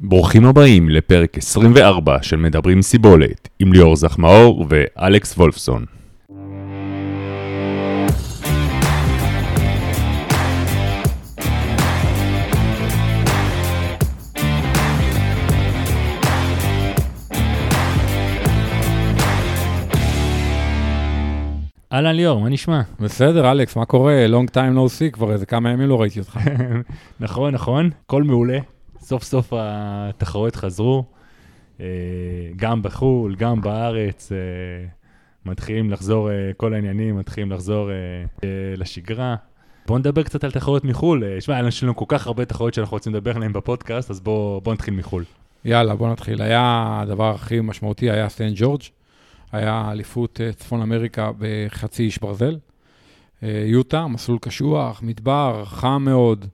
ברוכים הבאים לפרק 24 של מדברים סיבולת עם ליאור זחמאור ואלכס וולפסון. אהלן ליאור, מה נשמע? בסדר, אלכס, מה קורה? long time no see, כבר איזה כמה ימים לא ראיתי אותך. נכון, הכל מעולה. סוף סוף התחרויות חזרו, גם בחול, גם בארץ, מתחילים לחזור, כל העניינים מתחילים לחזור לשגרה. בואו נדבר קצת על תחרויות מחול. שמע, יש לנו כל כך הרבה תחרויות שאנחנו רוצים לדבר עליהן בפודקאסט, אז בואו נתחיל מחול. יאללה, בואו נתחיל. הדבר הכי משמעותי היה סנט ג'ורג'. היה אליפות צפון אמריקה בחצי איש ברזל. יוטה, מסלול קשוח, מדבר, חם מאוד.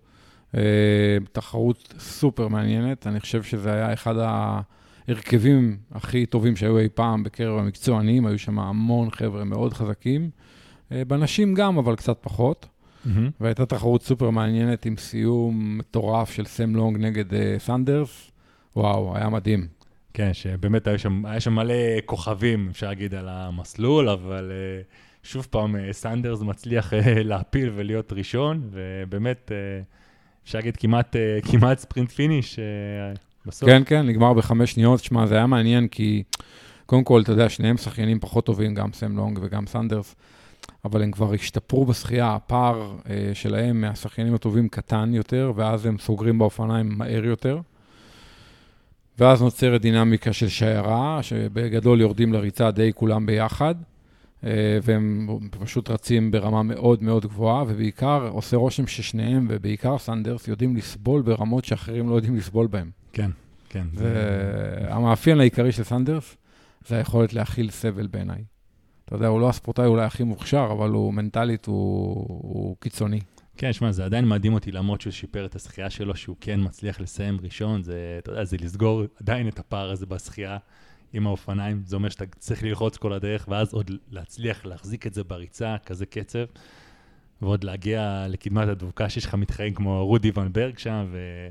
תחרות סופר מעניינת. אני חושב שזה היה אחד ההרכבים הכי טובים שהיו אי פעם בקרב המקצוענים. היו שם המון חבר'ה מאוד חזקים. בנשים גם, אבל קצת פחות. והייתה תחרות סופר מעניינת עם סיום מטורף של סם לונג נגד סנדרס. וואו, היה מדהים. כן, שבאמת היה שם מלא כוכבים, אפשר להגיד, על המסלול, אבל שוב פעם, סנדרס מצליח להפיל ולהיות ראשון, ובאמת, אפשר להגיד, כמעט ספרינט פיניש בסוף. כן, נגמר ב5 שניות. שמה, זה היה מעניין, כי קודם כל, אתה יודע, שניהם שחיינים פחות טובים, גם סם לונג וגם סנדרס, אבל הם כבר השתפרו בשחייה, הפער שלהם מהשחיינים הטובים קטן יותר, ואז הם סוגרים באופניים מהר יותר. ואז נוצרת דינמיקה של שיירה, שבגדול יורדים לריצה די כולם ביחד, והם פשוט רצים ברמה מאוד מאוד גבוהה, ובעיקר עושה רושם ששניהם, ובעיקר סנדרס, יודעים לסבול ברמות שאחרים לא יודעים לסבול בהם. כן. המאפיין העיקרי של סנדרס, זה היכולת להכיל סבל בעיניי. אתה יודע, הוא לא הספורטאי אולי הכי מוכשר, אבל הוא מנטלית, הוא קיצוני. כן, שמע, זה עדיין מדהים אותי, למרות שהוא שיפר את השחייה שלו, שהוא כן מצליח לסיים ראשון, אתה יודע, זה לסגור עדיין את הפער הזה בשחייה עם האופניים, זה אומר שאתה צריך ללחוץ כל הדרך, ואז עוד להצליח להחזיק את זה בריצה, כזה קצב, ועוד להגיע לקדמת הדבוקה שיש לך מתחרים כמו רודי ון ברג שם,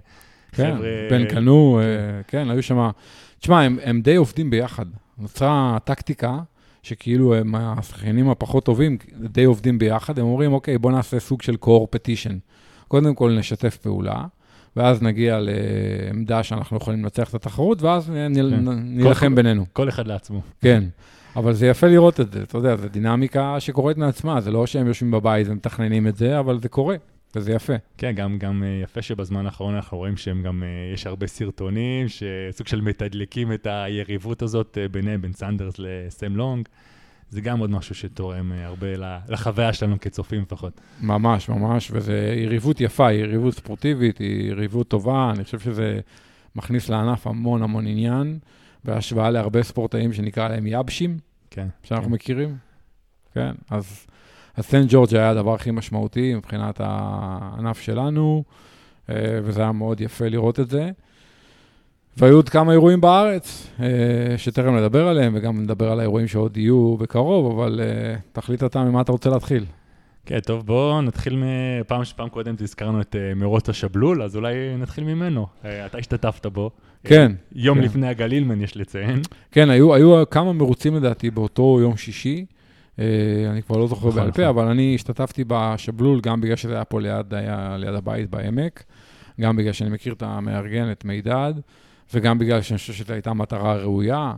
כן, בן קנו, כן, היו שם, תשמע, הם די עובדים ביחד, נוצרה טקטיקה, שכאילו הם השחיינים הפחות טובים, די עובדים ביחד, הם אומרים, אוקיי, בוא נעשה סוג של קואורפטישן. קודם כל נשתף פעולה, ואז נגיע לעמדה שאנחנו יכולים לנצח את התחרות, ואז נלחם בינינו. כל אחד לעצמו. כן, אבל זה יפה לראות את זה, אתה יודע, זו דינמיקה שקורית מעצמה, זה לא שהם יושבים בבית ומתכננים את זה, אבל זה קורה, וזה יפה. כן, גם יפה שבזמן האחרון אנחנו רואים שהם גם, יש הרבה סרטונים, שסוג של מתדלקים את היריבות הזאת ביניהם, בין סנדרס לסם לונג, זה גם עוד משהו שתורם הרבה לחוויה שלנו כצופים לפחות. ממש, וזו יריבות יפה, היא יריבות ספורטיבית, היא יריבות טובה, אני חושב שזה מכניס לענף המון עניין, בהשוואה להרבה ספורטאים שנקרא להם יבשים, כן, שאנחנו מכירים. כן, אז סנט ג'ורג' היה הדבר הכי משמעותי מבחינת הענף שלנו, וזה היה מאוד יפה לראות את זה. והיו עוד כמה אירועים בארץ, שתכף נדבר עליהם, וגם נדבר על האירועים שעוד יהיו בקרוב, אבל תחליט אתה ממה אתה רוצה להתחיל. כן, טוב, בואו נתחיל פעם קודם תזכרנו את מרוץ השבלול, אז אולי נתחיל ממנו. אתה השתתפת בו. כן. יום לפני הגלילמן יש לציין. כן, היו כמה מרוצים לדעתי באותו יום שישי, אני כבר לא זוכר בעל פה, אבל אני השתתפתי בשבלול, גם בגלל שזה היה פה ליד הבית בעמק, גם בגלל שאני מכיר את המארגן, את מידד, וגם בגלל שאני חושב שזו הייתה מטרה ראויה,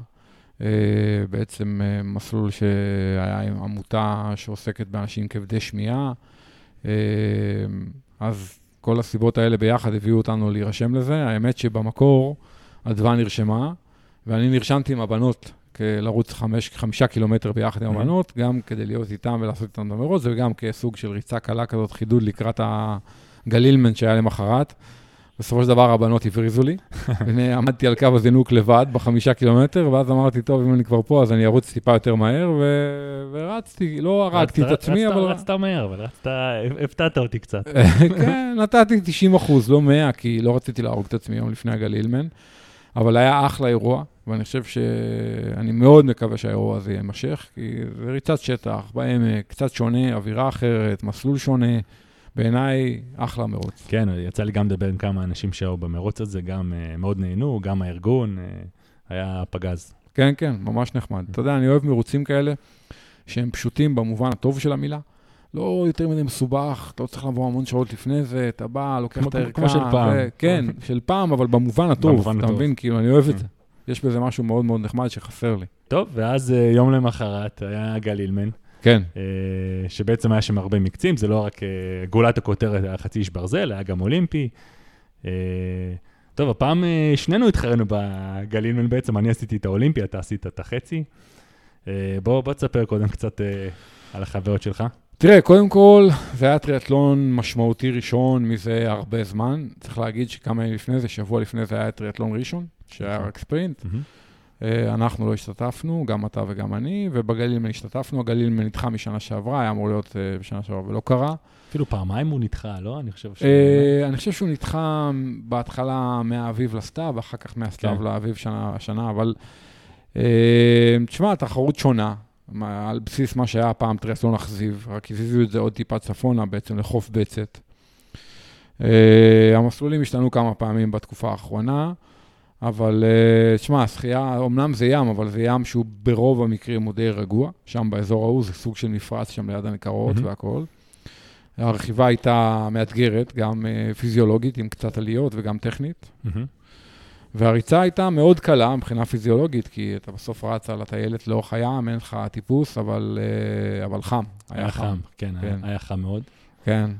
בעצם מסלול שהיה עם עמותה שעוסקת באנשים כבדי שמיעה, אז כל הסיבות האלה ביחד הביאו אותנו להירשם לזה. האמת שבמקור הדווה נרשמה, ואני נרשמתי עם הבנות לרוץ 5 קילומטר ביחד עם הבנות, גם כדי להיות איתם ולעשות איתם דמרות, וגם כסוג של ריצה קלה כזאת, חידוד לקראת הגלילמן שהיה למחרת. בסופו של דבר הבנות הבריזו לי, עמדתי על קו הזינוק לבד ב5 קילומטר, ואז אמרתי, טוב, אם אני כבר פה, אז אני ארוץ טיפה יותר מהר, ורצתי, לא הרגתי את עצמי, אבל... רצת מהר, אבל הפתעת אותי קצת. כן, נתתי 90%, לא 100, כי לא רציתי להרוג את עצמי יום לפני הגלילמן, אבל היה אחלה אירוע, ואני חושב שאני מאוד מקווה שהאירוע הזה יימשך, כי זה ריצת שטח, בעמק, קצת שונה, אווירה אחרת, מסלול שונה, בעיניי אחלה מרוץ. כן, יצא לי גם לדבר עם כמה אנשים שהיו במרוץ הזה, גם מאוד נהנו, גם הארגון, היה פגז. כן, כן, ממש נחמד. אתה יודע, אני אוהב מרוצים כאלה, שהם פשוטים במובן הטוב של המילה. לא יותר מדי מסובך, אתה לא צריך לבוא המון שעות לפני זה, אתה בא, לוקח את הערכה. כמו של פעם. כן, של פעם, אבל במובן הטוב, אתה מבין? כאילו, אני אוהב את זה. יש בזה משהו מאוד מאוד נחמד שחסר לי. טוב, ואז יום למחרת היה גל אילמן. כן. שבעצם היה שם הרבה מקצים, זה לא רק גולת הכותרת, היה חצי איש ברזל, היה גם אולימפי. טוב, הפעם שנינו התחרנו בגל אילמן בעצם, אני עשיתי את האולימפי, אתה עשית את החצי. בוא תספר קודם קצת על החוויות שלך. תראה, קודם כל, זה היה טריאטלון משמעותי ראשון מזה הרבה זמן. צריך להגיד שכמה ימים לפני זה, שבוע לפני זה היה טריאטלון ראשון, שהיה רק ספרינט. אנחנו לא השתתפנו, גם אתה וגם אני, ובגל אילמן השתתפנו. הגל אילמן נדחה משנה שעברה, היה אמור להיות בשנה שעברה ולא קרה. אפילו פעמיים הוא נדחה, לא? אני חושב שהוא נדחה בהתחלה מהאביב לסתיו, ואחר כך מהסתיו לאביב שנה, אבל תשמע, התחרות שונה, על בסיס מה שהיה פעם טריאטלון אכזיב, רק הזיזו את זה עוד טיפה צפונה בעצם לחוף בצת. המסלולים השתנו כמה פעמים בתקופה האחרונה, אבל תשמע, השחייה, אמנם זה ים, אבל זה ים שהוא ברוב המקרים הוא די רגוע, שם באזור ההוא זה סוג של מפרץ שם ליד הנקרות והכל. הרכיבה הייתה מאתגרת, גם פיזיולוגית עם קצת עליות וגם טכנית. והריצה הייתה מאוד קלה מבחינה פיזיולוגית, כי אתה בסוף רץ על הטיילת לאורך הים, אין לך טיפוס, אבל חם. היה חם, כן, היה חם מאוד. כן.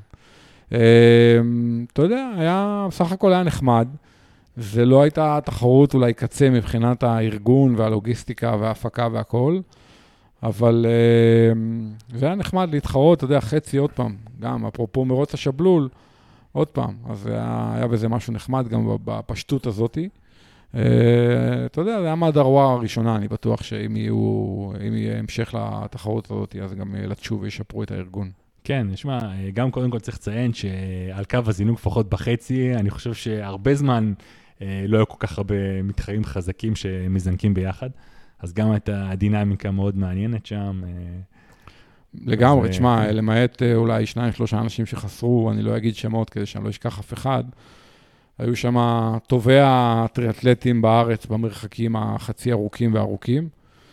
אתה יודע, בסך הכל היה נחמד. זה לא הייתה תחרות אולי קצה מבחינת הארגון והלוגיסטיקה וההפקה והכל, אבל זה היה נחמד להתחרות, אתה יודע, חצי עוד פעם, גם אפרופו מרוץ השבלול, עוד פעם, אז היה בזה משהו נחמד גם בפשטות הזאת. אתה יודע, זה היה מהדרווה הראשונה, אני בטוח שאם יהיה המשך לתחרות הזאת, אז גם ילטשו וישפרו את הארגון. כן, נשמע, גם קודם כל צריך לציין שעל קו הזינוק לפחות בחצי, אני חושב שהרבה זמן לא היו כל כך הרבה מתחרים חזקים שמזנקים ביחד, אז גם הייתה הדינמיקה מאוד מעניינת שם. לגמרי, תשמע, למעט אולי 2-3 אנשים שחסרו, אני לא אגיד שמות כדי שאני לא אשכח אף אחד, היו שם טובי הטריאטלטים בארץ במרחקים החצי ארוכים וארוכים,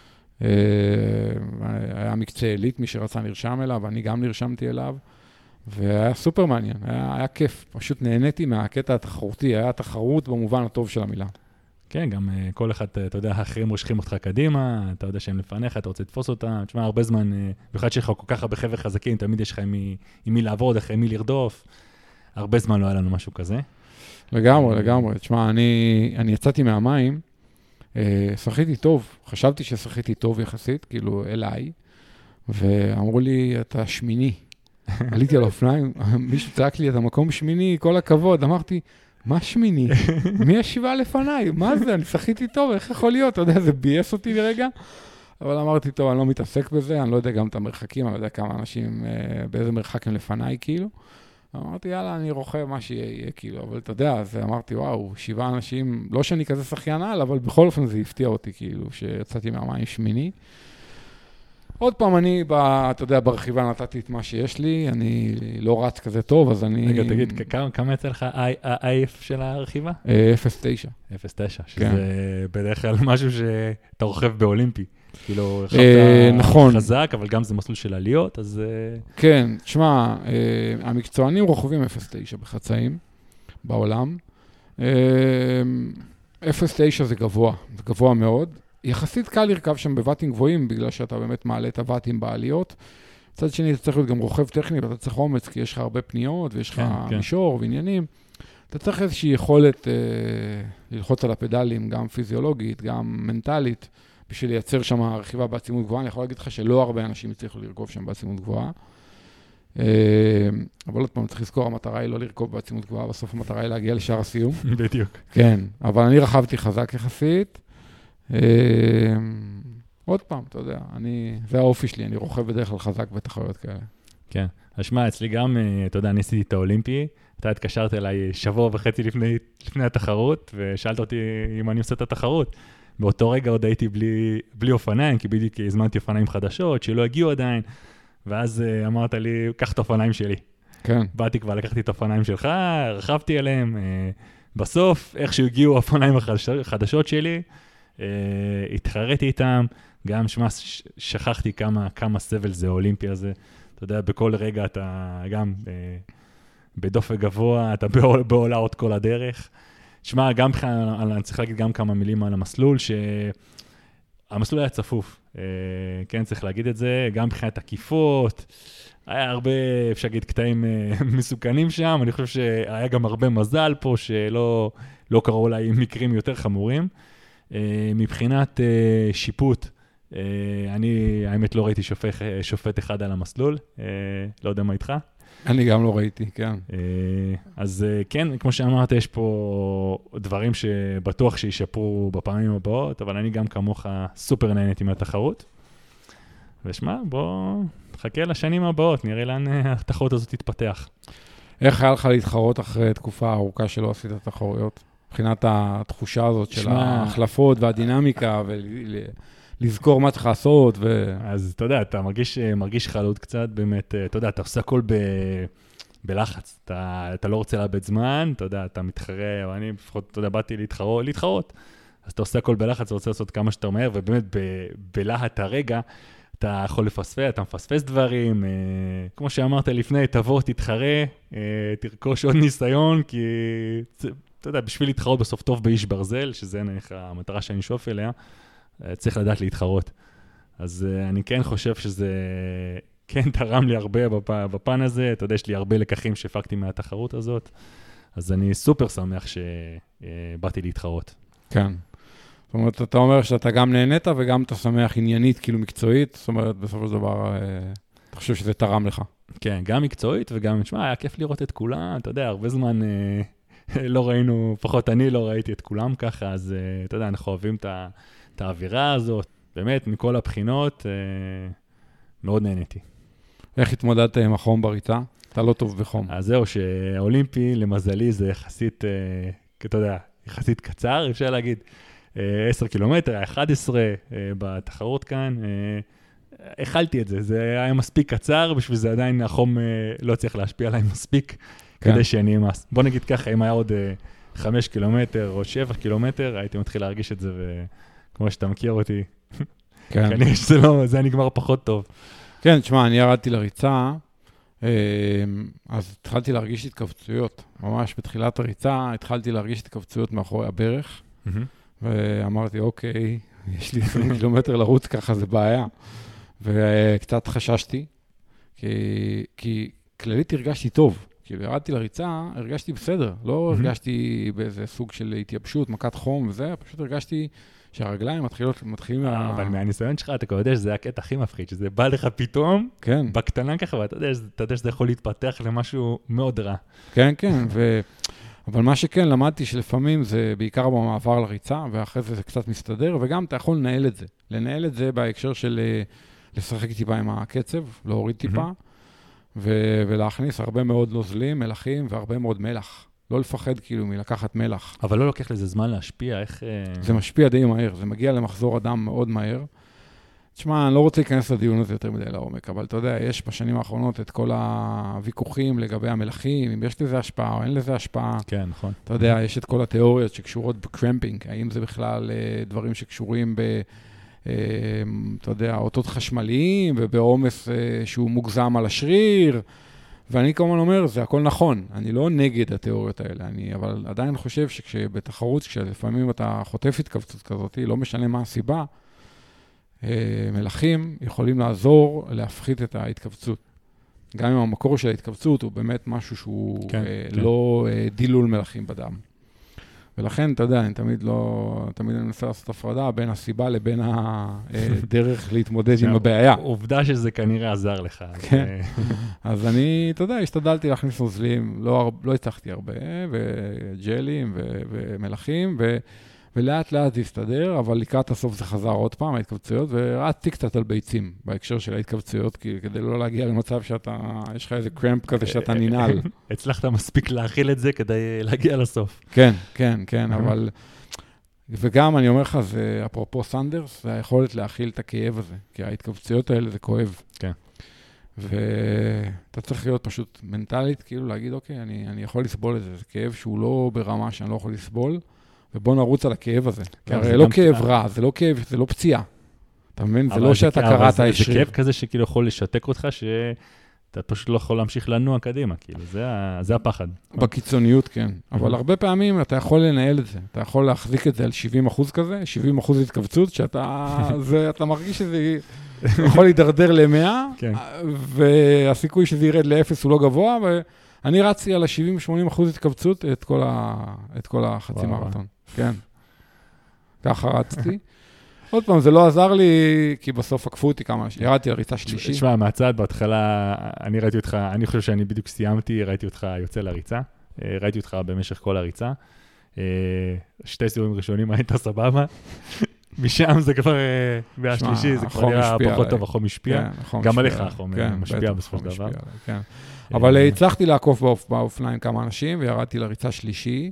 היה מקצה עילית, מי שרצה נרשם אליו, אני גם נרשמתי אליו, והיה סופר מעניין, היה כיף, פשוט נהניתי מהקטע התחרותי, היה תחרות במובן הטוב של המילה. כן, גם כל אחד, אתה יודע, האחרים מושכים אותך קדימה, אתה יודע שהם לפניך, אתה רוצה לתפוס אותם, תשמע, הרבה זמן, במיוחד שיש לך כל כך הרבה חבר'ה חזקים, תמיד יש לך עם מי לעבוד, אחרי מי לרדוף, הרבה זמן לא היה לנו משהו כזה. לגמרי, תשמע, אני יצאתי מהמים, שחיתי טוב, חשבתי ששחיתי טוב יחסית, כאילו אליי, ואמרו לי, אתה שמיני. עליתי על אופניים, מישהו צעק לי, אתה מקום שמיני, כל הכבוד, אמרתי, מה שמיני? מי השבעה לפניי? מה זה? אני שחיתי טוב, איך יכול להיות? אתה יודע, זה בייס אותי לרגע, אבל אמרתי, טוב, אני לא מתעסק בזה, אני לא יודע גם את המרחקים, אני לא יודע כמה אנשים, באיזה מרחק הם לפניי, כאילו. אמרתי, יאללה, אני רוכב מה שיהיה, כאילו, אבל אתה יודע, אז אמרתי, וואו, 7 אנשים, לא שאני כזה שחיין על, אבל בכל אופן זה הפתיע אותי, כאילו, שיצאתי מהמים שמיני. עוד פעם, אתה יודע, ברכיבה נתתי את מה שיש לי, אני לא רץ כזה טוב, אז אני... רגע, תגיד, כמה יצא לך ה-IF של הרכיבה? 0.9. 0.9, שזה בדרך כלל משהו שאתה רוכב באולימפי. כאילו, נכון. חזק, אבל גם זה מסלול של עליות, אז... כן, תשמע, המקצוענים רוכבים 0.9 בחצאים בעולם. 0.9 זה גבוה מאוד. יחסית קל לרכב שם בוואטים גבוהים, בגלל שאתה באמת מעלה את הוואטים בעליות. מצד שני, אתה צריך להיות גם רוכב טכני, ואתה צריך אומץ, כי יש לך הרבה פניות, ויש לך מישור ועניינים. אתה צריך איזושהי יכולת ללחוץ על הפדלים, גם פיזיולוגית, גם מנטלית, בשביל לייצר שם רכיבה בעצימות גבוהה. אני יכול להגיד לך שלא הרבה אנשים יצליחו לרכוב שם בעצימות גבוהה. אבל עוד פעם, צריך לזכור, המטרה היא לא לרכוב בעצימות גבוהה, בסוף המטרה היא להגיע לשער הסיום. בדיוק. כן, אבל אני רכבתי חזק יחסית. עוד פעם, אתה יודע, זה האופי שלי, אני רוכב בדרך כלל חזק בתחרויות כאלה. כן, אז שמע, אצלי גם, אתה יודע, אני עשיתי את האולימפי, אתה התקשרת אליי שבוע וחצי לפני התחרות, ושאלת אותי אם אני עושה את התחרות. באותו רגע עוד הייתי בלי אופניים, כי בדיוק הזמנתי אופניים חדשות, שלא הגיעו עדיין, ואז אמרת לי, קח את האופניים שלי. כן. באתי כבר, לקחתי את האופניים שלך, רכבתי עליהם, בסוף, איך שהגיעו האופניים החדשות שלי, התחרתי איתם, גם שכחתי כמה סבל זה האולימפי הזה, אתה יודע, בכל רגע אתה גם בדופק גבוה, אתה בעולה עוד כל הדרך. תשמע, גם אני צריך להגיד גם כמה מילים על המסלול, שהמסלול היה צפוף, כן, צריך להגיד את זה, גם מבחינת עקיפות, היה הרבה, אפשר להגיד, קטעים מסוכנים שם, אני חושב שהיה גם הרבה מזל פה, שלא קראו אולי מקרים יותר חמורים. מבחינת שיפוט, אני האמת לא ראיתי שופט אחד על המסלול, לא יודע מה איתך. אני גם לא ראיתי, כן. אז כן, כמו שאמרת, יש פה דברים שבטוח שישפרו בפעמים הבאות, אבל אני גם כמוך סופר נהניתי מהתחרות. ושמע, בוא חכה לשנים הבאות, נראה לאן התחרות הזאת תתפתח. איך היה לך להתחרות אחרי תקופה ארוכה שלא עשית תחרויות? מבחינת התחושה הזאת של ההחלפות והדינמיקה, ולזכור מה צריך לעשות. אז אתה יודע, אתה מרגיש חלוד קצת, באמת, אתה יודע, אתה עושה הכל בלחץ, אתה לא רוצה לאבד זמן, אתה יודע, אתה מתחרה, ואני לפחות, אתה יודע, באתי להתחרות, אז אתה עושה הכל בלחץ, אתה רוצה לעשות כמה שאתה מהר, ובאמת בלהט הרגע, אתה יכול לפספס, אתה מפספס דברים, כמו שאמרת לפני, תבוא, תתחרה, תרכוש עוד ניסיון, כי אתה יודע, בשביל להתחרות בסוף טוב באיש ברזל, שזה המטרה שאני שואף אליה, צריך לדעת להתחרות. אז אני כן חושב שזה כן תרם לי הרבה בפן הזה, אתה יודע, יש לי הרבה לקחים שהפקתי מהתחרות הזאת, אז אני סופר שמח שבאתי להתחרות. כן. זאת אומרת, אתה אומר שאתה גם נהנית וגם אתה שמח עניינית, כאילו מקצועית, זאת אומרת, בסופו של דבר, אתה חושב שזה תרם לך. כן, גם מקצועית וגם, תשמע, היה כיף לראות את כולם, אתה יודע, הרבה זמן לא ראינו, לפחות אני לא ראיתי את כולם ככה, אז אתה יודע, אנחנו אוהבים את האווירה הזאת, באמת, מכל הבחינות, מאוד נהניתי. איך התמודדת עם החום בריצה? אתה לא טוב בחום. אז זהו, שהאולימפי, למזלי, זה יחסית, אתה יודע, יחסית קצר, אפשר להגיד, 10 קילומטר, 11 בתחרות כאן, החלתי את זה, זה היה מספיק קצר, בשביל זה עדיין החום לא צריך להשפיע עליי מספיק, כדי שאני אמס. בוא נגיד ככה, אם היה עוד 5 קילומטר או 7 קילומטר, הייתי מתחיל להרגיש את זה, וכמו שאתה מכיר אותי, כנראה שזה לא, זה נגמר פחות טוב. כן, תשמע, אני ירדתי לריצה, אז התחלתי להרגיש התכווצויות, ממש בתחילת הריצה, התחלתי להרגיש התכווצויות מאחורי הברך, ואמרתי, אוקיי, יש לי 20 קילומטר לרוץ, ככה זה בעיה. וקצת חששתי, כי כללית הרגשתי טוב. כאילו, ירדתי לריצה, הרגשתי בסדר. לא הרגשתי באיזה סוג של התייבשות, מכת חום וזה, פשוט הרגשתי שהרגליים מתחילים... אבל מהניסיון שלך, אתה יודע שזה הקטע הכי מפחיד, שזה בא לך פתאום, בקטנה ככה, ואתה יודע שזה יכול להתפתח למשהו מאוד רע. כן, כן, אבל מה שכן, למדתי שלפעמים זה בעיקר במעבר לריצה, ואחרי זה קצת מסתדר, וגם אתה יכול לנהל את זה. לנהל את זה בהקשר של לשחק טיפה עם הקצב, להוריד טיפה, ולהכניס הרבה מאוד נוזלים, מלחים, והרבה מאוד מלח. לא לפחד כאילו מלקחת מלח. אבל לא לוקח לזה זמן להשפיע, איך... זה משפיע די מהר, זה מגיע למחזור אדם מאוד מהר. תשמע, אני לא רוצה להיכנס לדיון הזה יותר מדי לעומק, אבל אתה יודע, יש בשנים האחרונות את כל הוויכוחים לגבי המלחים, אם יש לזה השפעה או אין לזה השפעה. כן, נכון. אתה יודע, יש את כל התיאוריות שקשורות בקרמפינג, האם זה בכלל דברים שקשורים אתה יודע, אותות חשמליים ובעומס שהוא מוגזם על השריר, ואני כמובן אומר, זה הכל נכון, אני לא נגד התיאוריות האלה, אבל עדיין חושב שכשבתחרות, כשלפעמים אתה חוטף התכווצות כזאת, לא משנה מה הסיבה, מלחים יכולים לעזור להפחית את ההתכווצות. גם אם המקור של ההתכווצות הוא באמת משהו שהוא לא דילול מלחים בדם. ולכן, אתה יודע, אני תמיד מנסה לעשות הפרדה בין הסיבה לבין הדרך להתמודד עם הבעיה. עובדה שזה כנראה עזר לך. כן. אז אני, אתה יודע, השתדלתי להכניס נוזלים, לא הצלחתי הרבה, וג'לים ומלחים, ולאט לאט זה הסתדר, אבל לקראת הסוף זה חזר עוד פעם, ההתכווצויות, ורצתי קצת על ביצים בהקשר של ההתכווצויות, כדי לא להגיע למצב יש לך איזה קרמפ כזה שאתה ננעל. הצלחת מספיק להכיל את זה כדי להגיע לסוף. כן, כן, כן, אבל... וגם אני אומר לך, זה אפרופו סנדרס, זה היכולת להכיל את הכאב הזה, כי ההתכווצויות האלה זה כואב. כן. ואתה צריך להיות פשוט מנטלית, כאילו להגיד, אוקיי, אני יכול לסבול את זה, זה כאב שהוא לא ברמה שאני לא יכול לסבול, ובוא נרוץ על הכאב הזה. הרי לא כאב רע, זה לא כאב, זה לא פציעה. אתה מבין? זה לא שאתה קראת הישרי. זה כאב כזה שכאילו יכול לשתק אותך, שאתה פשוט לא יכול להמשיך לנוע קדימה, כאילו, זה הפחד. בקיצוניות, כן. אבל הרבה פעמים אתה יכול לנהל את זה. אתה יכול להחזיק את זה על 70% כזה, 70% התכווצות, שאתה מרגיש שזה יכול להידרדר ל-100, והסיכוי שזה ירד ל-0 הוא לא גבוה, ואני רצתי על ה-70-80% התכווצות את כל החצי מרתון. כן. ככה רצתי. עוד פעם, זה לא עזר לי, כי בסוף עקפו אותי כמה, ירדתי לריצה שלישי. תשמע, מהצד, בהתחלה, אני ראיתי אותך, אני חושב שאני בדיוק סיימתי, ראיתי אותך יוצא לריצה, ראיתי אותך במשך כל הריצה, שתי סיבובים ראשונים היית סבבה, משם זה כבר, והשלישי זה כבר נראה פחות טוב, החום משפיע, גם עליך החום משפיע בסופו של דבר. אבל הצלחתי לעקוף באופניים כמה אנשים, וירדתי לריצה שלישי,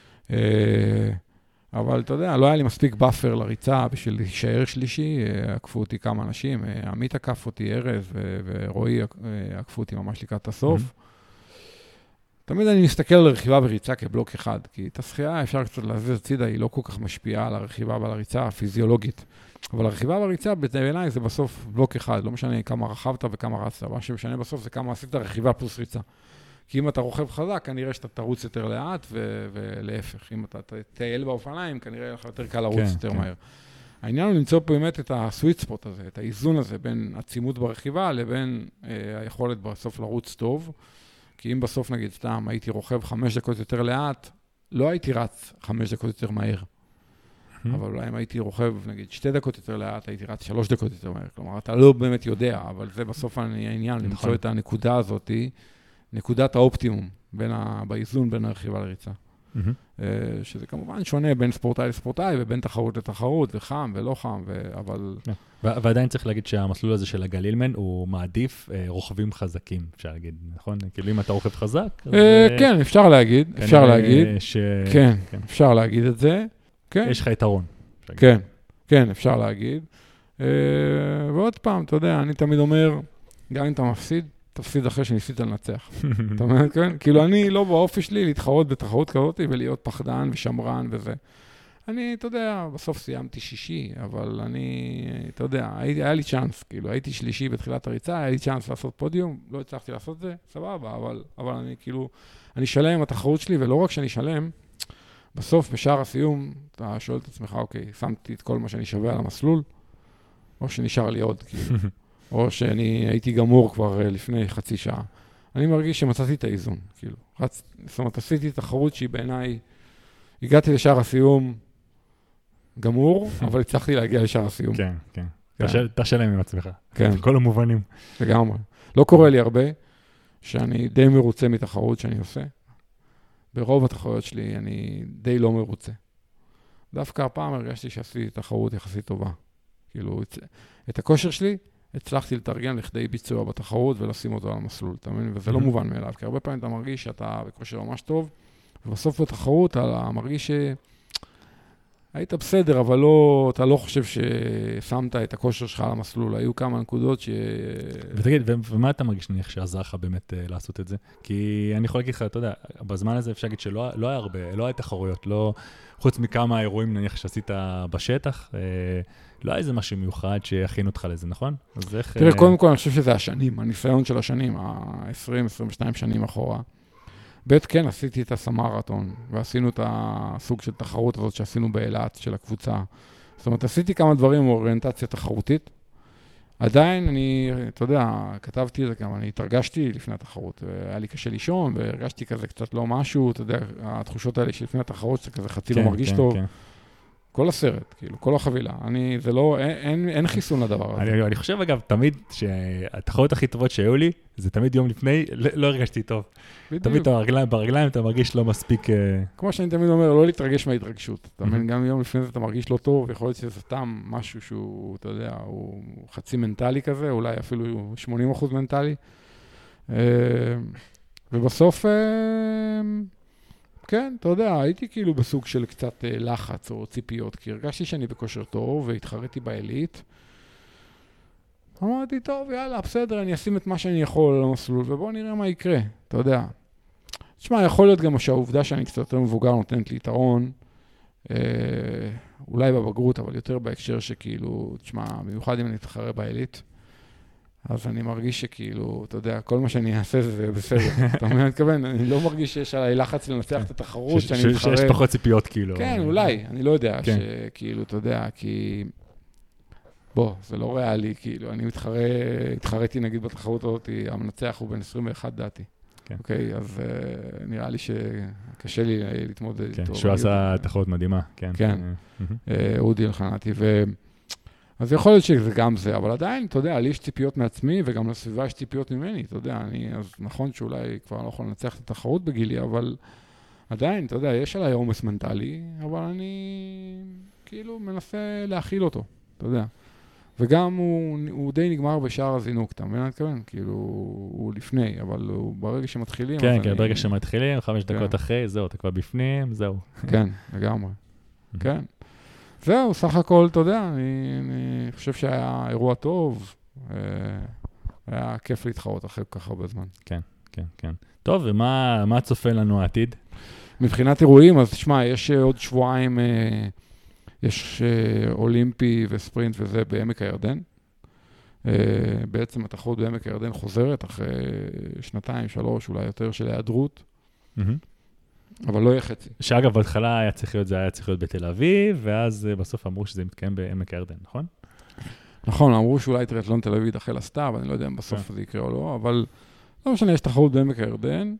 אבל אתה יודע, לא היה לי מספיק באפר לריצה בשביל להישאר שלישי, עקפו אותי כמה אנשים, עמית עקף אותי, ארז ורועי עקפו אותי ממש לקראת הסוף. תמיד אני מסתכל על הרכיבה בריצה כבלוק אחד, כי את השחייה אפשר קצת להזיז הצידה, היא לא כל כך משפיעה על הרכיבה ועל הריצה הפיזיולוגית. אבל הרכיבה בריצה, בעיניי זה בסוף בלוק אחד, לא משנה כמה רכבת וכמה רצת, מה שמשנה בסוף זה כמה עשית רכיבה פלוס ריצה. כי אם אתה רוכב חזק, כנראה שאתה תרוץ יותר לאט, ולהפך. אם אתה תטייל באופניים, כנראה לך יותר קל לרוץ יותר מהר. העניין הוא למצוא באמת את הסוויט ספוט הזה, את האיזון הזה בין עצימות ברכיבה לבין היכולת בסוף לרוץ טוב. כי אם בסוף נגיד סתם הייתי רוכב 5 דקות יותר לאט, לא הייתי רץ 5 דקות יותר מהר. אבל אולי אם הייתי רוכב נגיד 2 דקות יותר לאט, הייתי רץ 3 דקות יותר מהר. כלומר, אתה לא באמת יודע, אבל זה בסוף העניין, למצוא את הנקודה הזאת, נקודת האופטימום באיזון בין הרכיבה לריצה. שזה כמובן שונה בין ספורטאי לספורטאי, ובין תחרות לתחרות, וחם ולא חם, אבל... ועדיין צריך להגיד שהמסלול הזה של הגלילמן, הוא מעדיף רוכבים חזקים, אפשר להגיד, נכון? כאילו אם אתה רוכב חזק... כן, אפשר להגיד, כן, אפשר להגיד את זה. יש לך יתרון. כן, אפשר להגיד. ועוד פעם, אתה יודע, אני תמיד אומר, גם אם אתה מפסיד, תפסיד אחרי שניסית לנצח. אתה אומר, כן? כאילו, אני לא באופי שלי להתחרות בתחרות כזאת ולהיות פחדן ושמרן וזה. אני, אתה יודע, בסוף סיימתי שישי, אבל אני, אתה יודע, היה לי צ'אנס, כאילו, הייתי שלישי בתחילת הריצה, היה לי צ'אנס לעשות פודיום, לא הצלחתי לעשות זה, סבבה, אבל אני כאילו, אני שלם עם התחרות שלי, ולא רק שאני שלם, בסוף, בשער הסיום, אתה שואל את עצמך, אוקיי, שמתי את כל מה שאני שווה על המסלול, או שנשאר לי עוד, כאילו. או שאני הייתי גמור כבר לפני חצי שעה. אני מרגיש שמצאתי את האיזון, כאילו. זאת אומרת, עשיתי תחרות שהיא בעיניי, הגעתי לשער הסיום גמור, אבל הצלחתי להגיע לשער הסיום. כן, כן. אתה שלם עם עצמך. כן. כל המובנים. לגמרי. לא קורה לי הרבה, שאני די מרוצה מתחרות שאני עושה. ברוב התחרויות שלי אני די לא מרוצה. דווקא הפעם הרגשתי שעשיתי תחרות יחסית טובה. כאילו, את הכושר שלי, הצלחתי לתרגן לכדי ביצוע בתחרות ולשים אותו על המסלול, אתה מבין? וזה לא מובן מאליו, כי הרבה פעמים אתה מרגיש שאתה בכושר ממש טוב, ובסוף בתחרות אתה מרגיש שהיית בסדר, אבל אתה לא חושב ששמת את הכושר שלך על המסלול. היו כמה נקודות ותגיד, ומה אתה מרגיש נניח שעזר לך באמת לעשות את זה? כי אני יכול להגיד לך, אתה יודע, בזמן הזה אפשר להגיד שלא היה הרבה, לא היה תחרויות, לא, חוץ מכמה אירועים נניח שעשית בשטח, לא היה איזה משהו מיוחד שיכין אותך לזה, נכון? אז איך... תראה, קודם כל אני חושב שזה השנים, הניסיון של השנים, ה-20-22 שנים אחורה. כן, עשיתי את הסמרתון, ועשינו את הסוג של תחרות הזאת שעשינו באילת של הקבוצה. זאת אומרת, עשיתי כמה דברים עם אוריינטציה תחרותית. עדיין אתה יודע, כתבתי את זה גם, אני התרגשתי לפני התחרות, והיה לי קשה לישון, והרגשתי כזה קצת לא משהו, אתה יודע, התחושות האלה שלפני התחרות, זה כזה חצי לא מרגיש טוב. כל הסרט, כאילו, כל החבילה. זה לא, אין חיסון לדבר הזה. אני חושב, אגב, תמיד שהתחרות הכי טובות שהיו לי, זה תמיד יום לפני, לא הרגשתי טוב. תמיד ברגליים אתה מרגיש לא מספיק... כמו שאני תמיד אומר, לא להתרגש מההתרגשות. גם יום לפני זה אתה מרגיש לא טוב, יכול להיות שזה סתם משהו שהוא, אתה יודע, הוא חצי מנטלי כזה, אולי אפילו 80% מנטלי. ובסוף... כן, אתה יודע, הייתי כאילו בסוג של קצת לחץ או ציפיות, כי הרגשתי שאני בכושר טוב והתחרתי בעילית. אמרתי, טוב, יאללה, בסדר, אני אשים את מה שאני יכול על המסלול, ובואו נראה מה יקרה, אתה יודע. תשמע, יכול להיות גם שהעובדה שאני קצת יותר מבוגר נותנת לי יתרון, אולי בבגרות, אבל יותר בהקשר שכאילו, תשמע, במיוחד אם אני אתחרה בעילית, אז אני מרגיש שכאילו, אתה יודע, כל מה שאני אעשה זה בסדר. אתה מבין, אני מתכוון, אני לא מרגיש שיש עליי לחץ לנצח את התחרות, שאני מתחרה... שיש פחות ציפיות, כאילו. כן, אולי, אני לא יודע, שכאילו, אתה יודע, כי... בוא, זה לא ריאלי, כאילו, אני התחרתי נגיד בתחרות הזאת, המנצח הוא בן 21 דעתי. אוקיי, אז נראה לי שקשה לי להתמודד איתו. כן, שהוא עשה תחרות מדהימה, כן. כן, אודי אלחנתי, אז יכול להיות שזה גם זה, אבל עדיין, אתה יודע, לי יש ציפיות מעצמי, וגם לסביבה יש ציפיות ממני, אתה יודע, אז נכון שאולי כבר לא יכול לנצח את התחרות בגילי, אבל עדיין, אתה יודע, יש עליי עומס מנטלי, אבל אני כאילו מנסה להכיל אותו, אתה יודע. וגם הוא די נגמר בשער הזינוק, אתה מבין? אני מתכוון, כאילו, הוא לפני, אבל ברגע שמתחילים... כן, כן, ברגע שמתחילים, 5 דקות אחרי, זהו, אתה כבר בפנים, זהו. כן, לגמרי. כן. זהו, סך הכל, אתה יודע, אני חושב שהיה אירוע טוב, היה כיף להתחרות אחרי כך הרבה זמן. כן, כן, כן. טוב, ומה צופה לנו העתיד? מבחינת אירועים, אז תשמע, יש עוד שבועיים... יש אולימפי וספרינט וזה בעמק הירדן. בעצם התחרות בעמק הירדן חוזרת אחרי 2-3, אולי יותר של היעדרות. אבל לא יהיה חצי. שאגב, בהתחלה היה צריך להיות בתל אביב, ואז בסוף אמרו שזה מתקיים בעמק הירדן, נכון? נכון, אמרו שאולי טריאתלון תל אביב ידחה לסתיו, אני לא יודע אם בסוף זה יקרה או לא, אבל לא משנה, יש תחרות בעמק הירדן.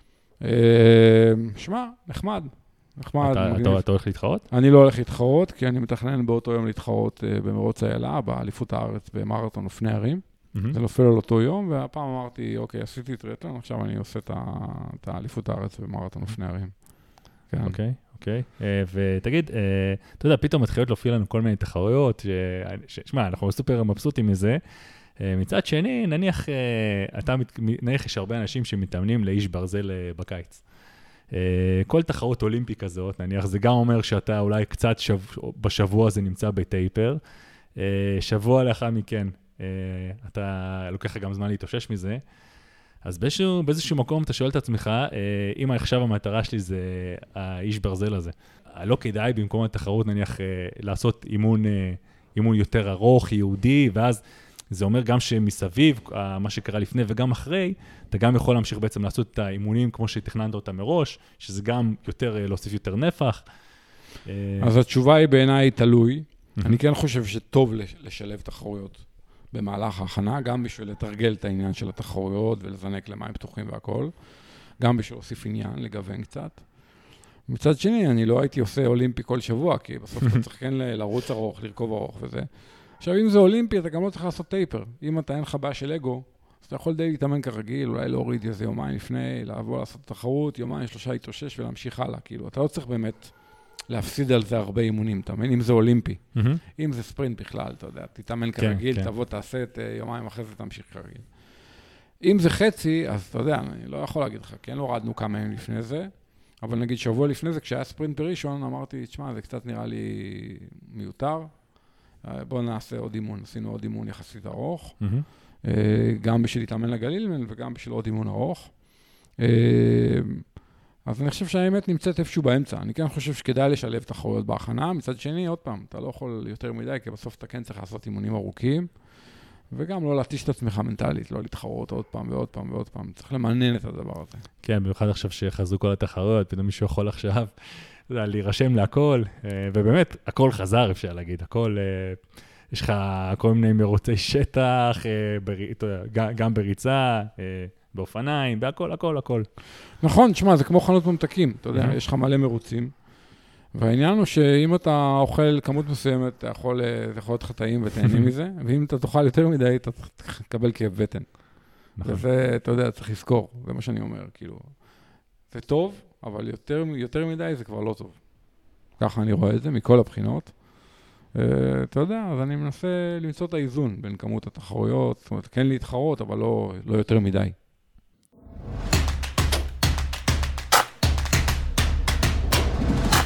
שמע, נחמד. אתה הולך להתחרות? אני לא הולך להתחרות, כי אני מתכנן באותו יום להתחרות במרוץ איילה, באליפות הארץ במרתון אופני ערים. זה נופל על אותו יום, והפעם אמרתי, אוקיי, עשיתי טריאתלון, עכשיו אני עושה את האליפות הארץ במרתון אופני ערים. אוקיי. ותגיד, אתה יודע, פתאום מתחילות להופיע לנו כל מיני תחרויות, שמע, אנחנו סופר מבסוטים מזה. מצד שני, נניח יש הרבה אנשים שמתאמנים לאיש ברזל בקיץ. כל תחרות אולימפי כזאת, נניח, זה גם אומר שאתה אולי קצת בשבוע הזה נמצא בטייפר, שבוע לאחר מכן, אתה לוקח גם זמן להתאושש מזה, אז באיזשהו מקום אתה שואל את עצמך, אם עכשיו המטרה שלי זה האיש ברזל הזה, לא כדאי במקום התחרות נניח לעשות אימון יותר ארוך, יהודי, ואז זה אומר גם שמסביב, מה שקרה לפני וגם אחרי, אתה גם יכול להמשיך בעצם לעשות את האימונים כמו שתכננת אותם מראש, שזה גם להוסיף יותר נפח. אז התשובה היא בעיניי תלוי. אני כן חושב שטוב לשלב תחרויות במהלך ההכנה, גם בשביל לתרגל את העניין של התחרויות ולזנק למים פתוחים והכל, גם בשביל להוסיף עניין, לגוון קצת. מצד שני, אני לא הייתי עושה אולימפי כל שבוע, כי בסוף אתה צריך כן לרוץ ארוך, לרכוב ארוך וזה. עכשיו, אם זה אולימפי, אתה גם לא צריך לעשות טייפר. אם אתה אין לך בעיה של אגו, אז אתה יכול די להתאמן כרגיל, אולי להוריד איזה יומיים לפני, לעבור לעשות תחרות, יומיים, 3 להתאושש ולהמשיך הלאה. כאילו, אתה לא צריך באמת להפסיד על זה הרבה אימונים, תאמן, אם זה אולימפי. אם זה ספרינט בכלל, אתה יודע, תתאמן כרגיל, תבוא, תעשה את יומיים אחרי זה, תמשיך כרגיל. אם זה חצי, אז אתה יודע, אני לא יכול להגיד לך, כן, הורדנו כמה ימים לפני זה, אבל נגיד שבוע לפני זה, כשהיה ספרינט בראשון, אמרתי, תשמע, זה קצת נראה לי מיותר. בואו נעשה עוד אימון, עשינו עוד אימון יחסית ארוך, גם בשביל להתאמן לגלילמן וגם בשביל עוד אימון ארוך. אז אני חושב שהאמת נמצאת איפשהו באמצע. אני כן חושב שכדאי לשלב תחרויות בהכנה. מצד שני, עוד פעם, אתה לא יכול יותר מדי, כי בסוף אתה כן צריך לעשות אימונים ארוכים, וגם לא להתיש את עצמך מנטלית, לא להתחרות עוד פעם ועוד פעם ועוד פעם. צריך למנן את הדבר הזה. כן, במיוחד עכשיו שחזרו כל התחרויות, פתאום מישהו יכול עכשיו להירשם להכל, ובאמת, הכל חזר, אפשר להגיד, הכל, יש לך כל מיני מרוצי שטח, גם בריצה, באופניים, בהכל, הכל. נכון, תשמע, זה כמו חנות ממתקים, אתה יודע, יש לך מלא מרוצים, והעניין הוא שאם אתה אוכל כמות מסוימת, אתה יכול להיות חטאים ותהנים מזה, ואם אתה תאכל יותר מדי, אתה תקבל כאב בטן. וזה, אתה יודע, צריך לזכור, זה מה שאני אומר, כאילו, זה טוב, אבל יותר מדי זה כבר לא טוב. ככה אני רואה את זה, מכל הבחינות. אתה יודע, אז אני מנסה למצוא את האיזון בין כמות התחרויות, זאת אומרת, כן להתחרות, אבל לא יותר מדי.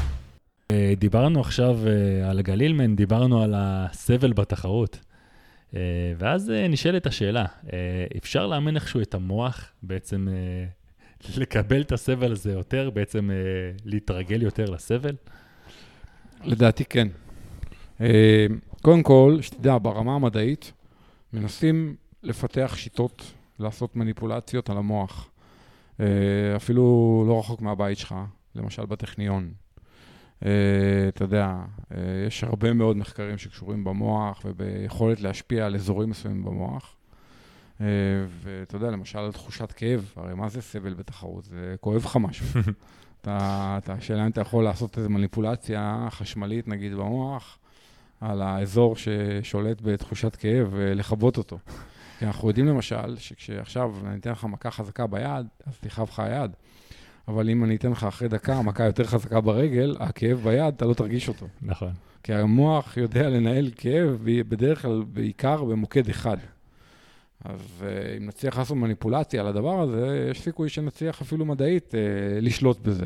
דיברנו עכשיו על הגלילמן, דיברנו על הסבל בתחרות. ואז נשאלת השאלה, אפשר לאמן איכשהו את המוח, בעצם לקבל את הסבל הזה יותר, בעצם להתרגל יותר לסבל? לדעתי כן. קודם כל, שתדע, ברמה המדעית, מנסים לפתח שיטות, לעשות מניפולציות על המוח. אפילו לא רחוק מהבית שלך, למשל בטכניון. אתה יודע, יש הרבה מאוד מחקרים שקשורים במוח וביכולת להשפיע על אזורים מסוימים במוח. ואתה יודע, למשל על תחושת כאב, הרי מה זה סבל בתחרות? זה כואב לך משהו. השאלה אם אתה יכול לעשות איזו מניפולציה חשמלית, נגיד במוח, על האזור ששולט בתחושת כאב ולכבות אותו. כי אנחנו יודעים למשל שכשעכשיו אני אתן לך מכה חזקה ביד, אז תכאב לך היד. אבל אם אני אתן לך אחרי דקה מכה יותר חזקה ברגל, הכאב ביד, אתה לא תרגיש אותו. נכון. כי המוח יודע לנהל כאב בדרך כלל בעיקר במוקד אחד. אז אם נצליח לעשות מניפולציה על הדבר הזה, יש סיכוי שנצליח אפילו מדעית לשלוט בזה.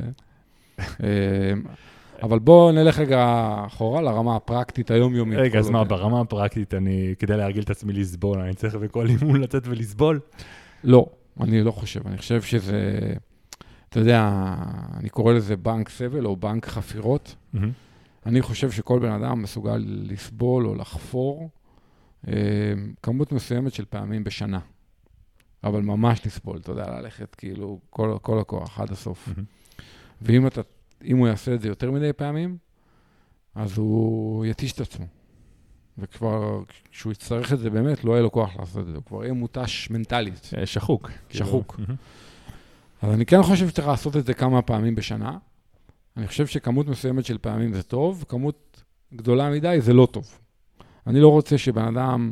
אבל בואו נלך רגע אחורה לרמה הפרקטית היומיומית. רגע, אז מה, ברמה הפרקטית כדי להרגיל את עצמי לסבול, אני צריך בכל אימון לצאת ולסבול? לא, אני לא חושב. אני חושב שזה, אתה יודע, אני קורא לזה בנק סבל או בנק חפירות. אני חושב שכל בן אדם מסוגל לסבול או לחפור כמות מסוימת של פעמים בשנה. אבל ממש לסבול, אתה יודע, ללכת כאילו כל הכוח עד הסוף. ואם הוא יעשה את זה יותר מדי פעמים, אז הוא יתיש את עצמו. וכבר, כשהוא יצטרך את זה באמת, לא יהיה לו כוח לעשות את זה. הוא כבר יהיה מותש מנטלית. שחוק. שחוק. אז אני כן חושב שצריך לעשות את זה כמה פעמים בשנה. אני חושב שכמות מסוימת של פעמים זה טוב, כמות גדולה מדי זה לא טוב. אני לא רוצה שבן אדם,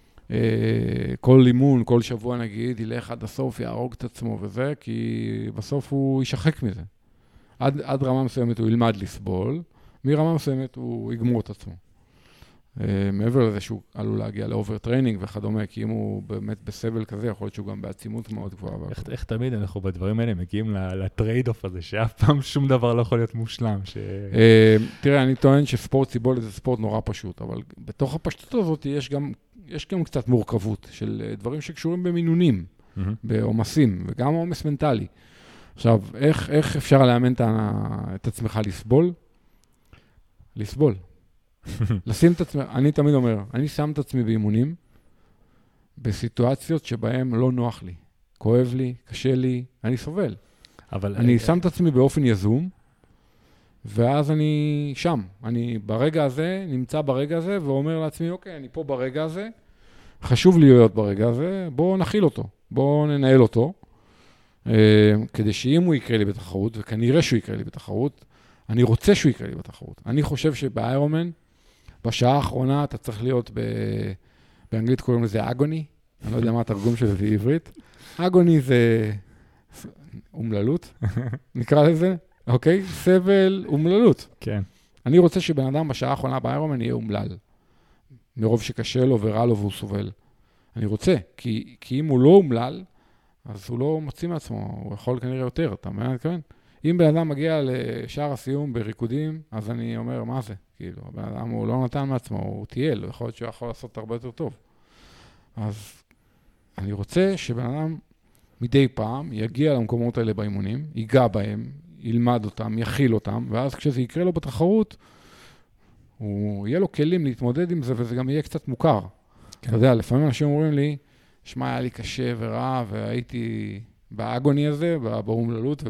כל לימון, כל שבוע נגיד, ילך עד הסוף, יהרוג את עצמו וזה, כי בסוף הוא ישחק מזה. עד רמה מסוימת הוא ילמד לסבול, מרמה מסוימת הוא יגמור את עצמו. מעבר לזה שהוא עלול להגיע לאוברטריינינג וכדומה, כי אם הוא באמת בסבל כזה, יכול להיות שהוא גם בעצימות מאוד גבוהה. איך תמיד אנחנו בדברים האלה מגיעים לטרייד-אוף הזה, שאף פעם שום דבר לא יכול להיות מושלם? תראה, אני טוען שספורט סיבולת זה ספורט נורא פשוט, אבל בתוך הפשטות הזאת יש גם קצת מורכבות של דברים שקשורים במינונים, בעומסים, וגם עומס מנטלי. עכשיו, איך אפשר לאמן את עצמך לסבול? לסבול. לשים את עצמי, אני תמיד אומר, אני שם את עצמי באימונים, בסיטואציות שבהן לא נוח לי, כואב לי, קשה לי, אני סובל. אני שם את עצמי באופן יזום, ואז אני שם. אני ברגע הזה, נמצא ברגע הזה, ואומר לעצמי, אוקיי, אני פה ברגע הזה, חשוב לי להיות ברגע הזה, בואו נכיל אותו, בואו ננהל אותו, כדי שאם הוא יקרה לי בתחרות, וכנראה שהוא יקרה לי בתחרות, אני רוצה שהוא יקרה לי בתחרות. אני חושב שבאיירומן, בשעה האחרונה אתה צריך להיות באנגלית קוראים לזה אגוני, אני לא יודע מה התרגום של זה בעברית. אגוני זה אומללות, נקרא לזה, אוקיי? סבל, אומללות. כן. אני רוצה שבן אדם בשעה האחרונה באיירומן יהיה אומלל, מרוב שקשה לו ורע לו והוא סובל. אני רוצה, כי אם הוא לא אומלל, אז הוא לא מוציא מעצמו, הוא יכול כנראה יותר, אתה מבין? כן? אם בן אדם מגיע לשער הסיום בריקודים, אז אני אומר, מה זה? כאילו, הבן אדם הוא לא נתן מעצמו, הוא טייל, יכול להיות שהוא יכול לעשות הרבה יותר טוב. אז אני רוצה שבן אדם מדי פעם יגיע למקומות האלה באימונים, ייגע בהם, ילמד אותם, יכיל אותם, ואז כשזה יקרה לו בתחרות, הוא יהיה לו כלים להתמודד עם זה, וזה גם יהיה קצת מוכר. כן. אתה יודע, לפעמים אנשים אומרים לי, שמע, היה לי קשה ורע, והייתי באגוני הזה, באומללות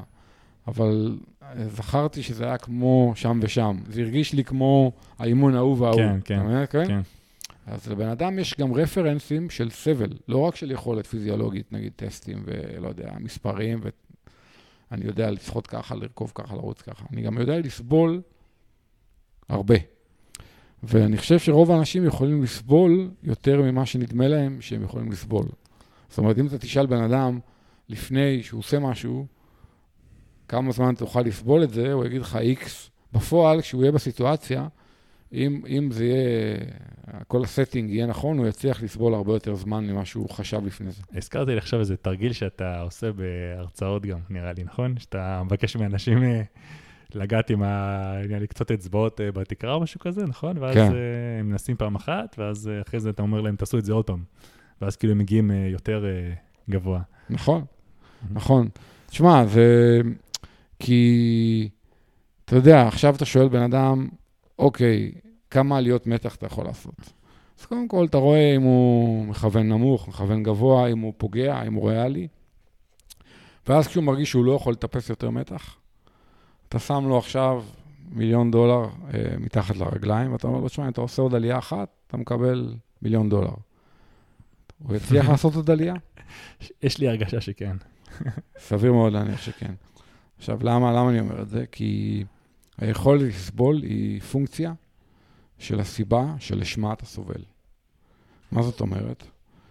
אבל זכרתי שזה היה כמו שם ושם. זה הרגיש לי כמו האימון ההוא וההוא. כן. אז לבן אדם יש גם רפרנסים של סבל, לא רק של יכולת פיזיולוגית, נגיד טסטים ולא יודע, מספרים, ואני יודע לשחות ככה, לרכוב ככה, לרוץ ככה. אני גם יודע לסבול הרבה. ואני חושב שרוב האנשים יכולים לסבול יותר ממה שנדמה להם שהם יכולים לסבול. זאת אומרת, אם אתה תשאל בן אדם לפני שהוא עושה משהו, כמה זמן תוכל לסבול את זה, הוא יגיד לך X. בפועל, כשהוא יהיה בסיטואציה, אם זה יהיה, כל הסטינג יהיה נכון, הוא יצליח לסבול הרבה יותר זמן ממה שהוא חשב לפני זה. הזכרתי עכשיו איזה תרגיל שאתה עושה בהרצאות גם, נראה לי, נכון? שאתה מבקש מאנשים לגעת עם קצות אצבעות בתקרה או משהו כזה, נכון? ואז כן. הם מנסים פעם אחת, ואז אחרי זה אתה אומר להם, תעשו את זה עוד פעם. ואז כאילו הם מגיעים יותר גבוה. נכון, נכון. תשמע, זה כי, אתה יודע, עכשיו אתה שואל בן אדם, אוקיי, כמה עליות מתח אתה יכול לעשות? אז קודם כל, אתה רואה אם הוא מכוון נמוך, מכוון גבוה, אם הוא פוגע, אם הוא ריאלי. ואז כשהוא מרגיש שהוא לא יכול לטפס יותר מתח, אתה שם לו עכשיו $1,000,000 מתחת לרגליים, ואתה אומר לו, תשמע, אם אתה עושה עוד עלייה אחת, אתה מקבל $1,000,000. הוא יצליח לעשות עוד עלייה? יש לי הרגשה שכן. סביר מאוד להניח שכן. עכשיו, למה אני אומר את זה? כי היכולת לסבול היא פונקציה של הסיבה שלשמה אתה סובל. מה זאת אומרת?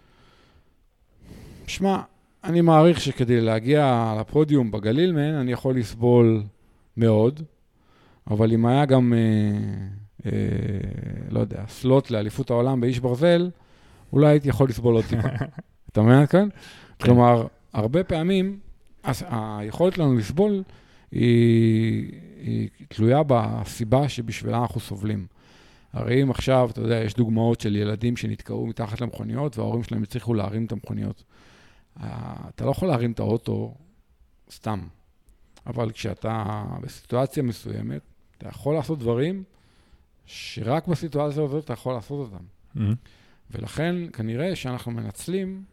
שמע, אני מעריך שכדי להגיע לפודיום בגליל מן, אני יכול לסבול מאוד, אבל אם היה גם, לא יודע, סלוט לאליפות העולם באיש ברזל, אולי הייתי יכול לסבול עוד טיפה. אתה מבין כאן? כלומר, הרבה פעמים, היכולת לנו לסבול היא תלויה בסיבה שבשבילה אנחנו סובלים. הרי אם עכשיו, אתה יודע, יש דוגמאות של ילדים שנתקעו מתחת למכוניות, וההורים שלהם הצליחו להרים את המכוניות. אתה לא יכול להרים את האוטו סתם. אבל כשאתה בסיטואציה מסוימת, אתה יכול לעשות דברים שרק בסיטואציה הזאת אתה יכול לעשות אותם. ולכן כנראה שאנחנו מנצלים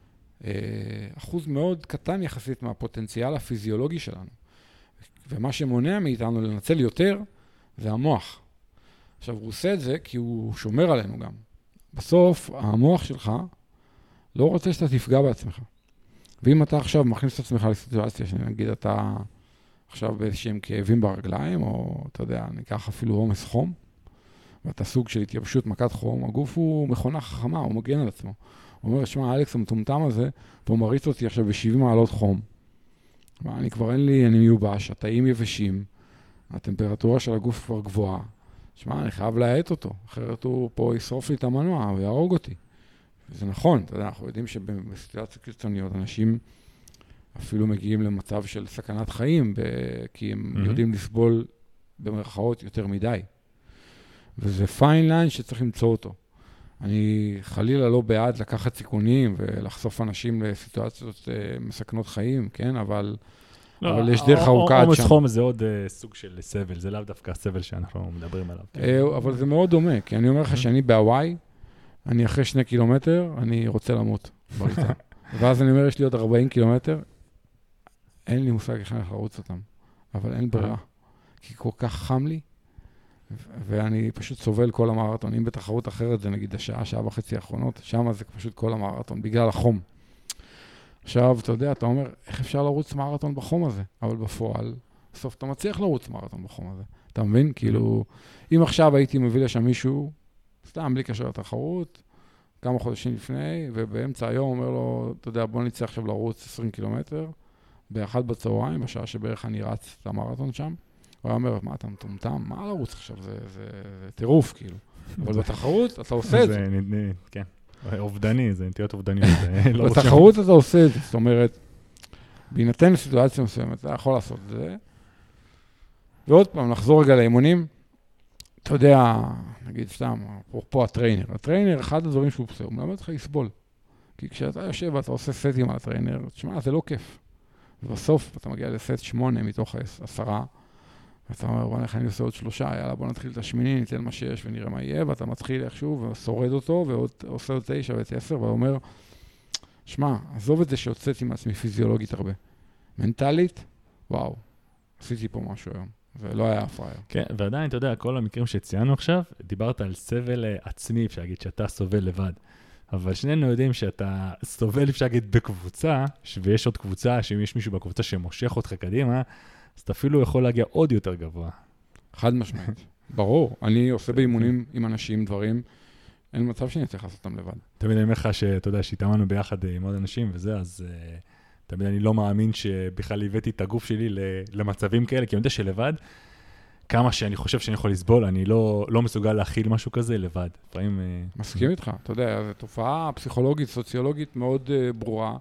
אחוז מאוד קטן יחסית מהפוטנציאל הפיזיולוגי שלנו. ומה שמונע מאיתנו לנצל יותר זה המוח. עכשיו, הוא עושה את זה כי הוא שומר עלינו גם. בסוף, המוח שלך לא רוצה שאתה תפגע בעצמך. ואם אתה עכשיו מכניס את עצמך לסיטואציה, שנגיד אתה עכשיו באיזשהם כאבים ברגליים, או אתה יודע, ניקח אפילו עומס חום, ואתה סוג של התייבשות מכת חום, הגוף הוא מכונה חכמה, הוא מגן על עצמו. הוא אומר, שמע, אלכס המטומטם הזה, והוא מריץ אותי עכשיו ב-70 מעלות חום. אני כבר אני מיובש, התאים יבשים, הטמפרטורה של הגוף כבר גבוהה. שמע, אני חייב להעט אותו, אחרת הוא פה ישרוף לי את המנוע ויהרוג אותי. וזה נכון, אתה יודע, אנחנו יודעים שבסיטואציות קיצוניות אנשים אפילו מגיעים למצב של סכנת חיים, כי הם יודעים לסבול במרכאות יותר מדי. וזה פיין ליין שצריך למצוא אותו. אני חלילה לא בעד לקחת סיכונים ולחשוף אנשים לסיטואציות מסכנות חיים, כן? אבל יש דרך ארוכה עד שם. עומס חום זה עוד סוג של סבל, זה לאו דווקא הסבל שאנחנו מדברים עליו. אבל זה מאוד דומה, כי אני אומר לך שאני בהוואי, אני אחרי 2 קילומטר, אני רוצה למות בריצה. ואז אני אומר, יש לי עוד 40 קילומטר, אין לי מושג איך אני לרוץ אותם, אבל אין ברירה. כי כל כך חם לי, ואני פשוט סובל כל המרתון. אם בתחרות אחרת זה נגיד שעה וחצי האחרונות, שם זה פשוט כל המרתון, בגלל החום. עכשיו, אתה יודע, אתה אומר, איך אפשר לרוץ מרתון בחום הזה? אבל בפועל, בסוף אתה מצליח לרוץ מרתון בחום הזה. אתה מבין? כאילו, אם עכשיו הייתי מביא לשם מישהו, סתם בלי קשר לתחרות, כמה חודשים לפני, ובאמצע היום אומר לו, אתה יודע, בוא נצא עכשיו לרוץ 20 קילומטר, באחד בצהריים, בשעה שבערך אני רץ את המרתון שם, הוא אומר, מה אתה מטומטם? מה לרוץ עכשיו? זה טירוף, כאילו. אבל בתחרות אתה עושה את זה. כן, אובדני, זה נטיות אובדניות. בתחרות אתה עושה את זה, זאת אומרת, בהינתן לסיטואציה מסוימת, אתה יכול לעשות את זה. ועוד פעם, נחזור רגע לאימונים. אתה יודע, נגיד סתם, פה הטריינר. הטריינר, אחד הדברים שהוא עושה, הוא מלמד אותך לסבול. כי כשאתה יושב ואתה עושה סטים על הטריינר, תשמע, זה לא כיף. ובסוף אתה מגיע לסט 8 מתוך 10, ואתה אומר, בוא נלך, אני עושה עוד 3, יאללה, בוא נתחיל את השמיני, ניתן מה שיש ונראה מה יהיה, ואתה מתחיל איכשהו ושורד אותו, ועושה עוד 9 ו10, ואומר, שמע, עזוב את זה שהוצאתי מעצמי פיזיולוגית הרבה. מנטלית, וואו, עשיתי פה משהו היום, ולא היה הפרייר. כן, ועדיין, אתה יודע, כל המקרים שציינו עכשיו, דיברת על סבל עצמי, אפשר להגיד שאתה סובל לבד. אבל שנינו יודעים שאתה סובל, אפשר להגיד, בקבוצה, ויש עוד קבוצה, שאם יש מישהו בקבוצה שמושך אותך קדימה, אז אתה אפילו יכול להגיע עוד יותר גבוה. חד משמעית. ברור. אני עושה באימונים עם אנשים דברים, אין מצב שאני צריך לעשות אותם לבד. תמיד אני אומר לך שאתה יודע, שהתאמנו ביחד עם עוד אנשים וזה, אז תמיד אני לא מאמין שבכלל הבאתי את הגוף שלי למצבים כאלה, כי אני יודע שלבד, כמה שאני חושב שאני יכול לסבול, אני לא מסוגל להכיל משהו כזה לבד. לפעמים... מסכים איתך. אתה יודע, זו תופעה פסיכולוגית, סוציולוגית מאוד ברורה.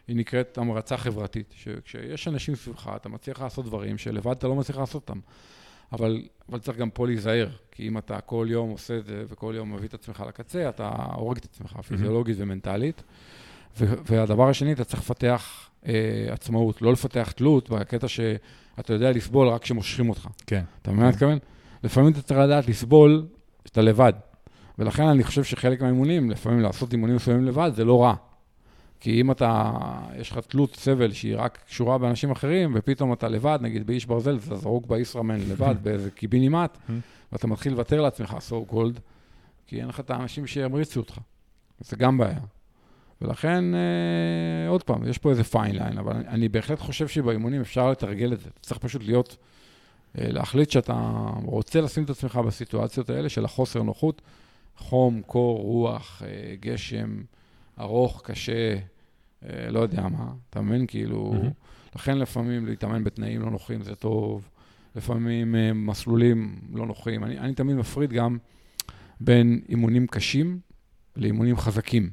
היא נקראת המרצה חברתית, שכשיש אנשים סביבך, אתה מצליח לעשות דברים שלבד אתה לא מצליח לעשות אותם. אבל צריך גם פה להיזהר, כי אם אתה כל יום עושה את זה, וכל יום מביא את עצמך לקצה, אתה הורג את עצמך פיזיולוגית ומנטלית. והדבר השני, אתה צריך לפתח עצמאות, לא לפתח תלות, בקטע שאתה יודע לסבול רק כשמושכים אותך. כן. אתה מבין מה אני מתכוון? לפעמים אתה צריך לדעת לסבול שאתה לבד. ולכן אני חושב שחלק מהאימונים, לפעמים לעשות אימונים מסוימים לבד, זה לא רע. כי אם יש לך תלות סבל שהיא רק קשורה באנשים אחרים, ופתאום אתה לבד, נגיד באיש ברזל, אתה זרוק בישראמן לבד, באיזה קיבינימט, ואתה מתחיל לוותר לעצמך, so called, כי אין לך את האנשים שימריצו אותך. זה גם בעיה. ולכן, עוד פעם, יש פה איזה פיין ליין, אבל אני בהחלט חושב שבאימונים אפשר לתרגל את זה. צריך פשוט להחליט שאתה רוצה לשים את עצמך בסיטואציות האלה של החוסר נוחות, חום, קור, רוח, גשם, ארוך, קשה, לא יודע מה, אתה מבין? כאילו, לכן לפעמים להתאמן בתנאים לא נוחים זה טוב, לפעמים מסלולים לא נוחים. אני תמיד מפריד גם בין אימונים קשים לאימונים חזקים.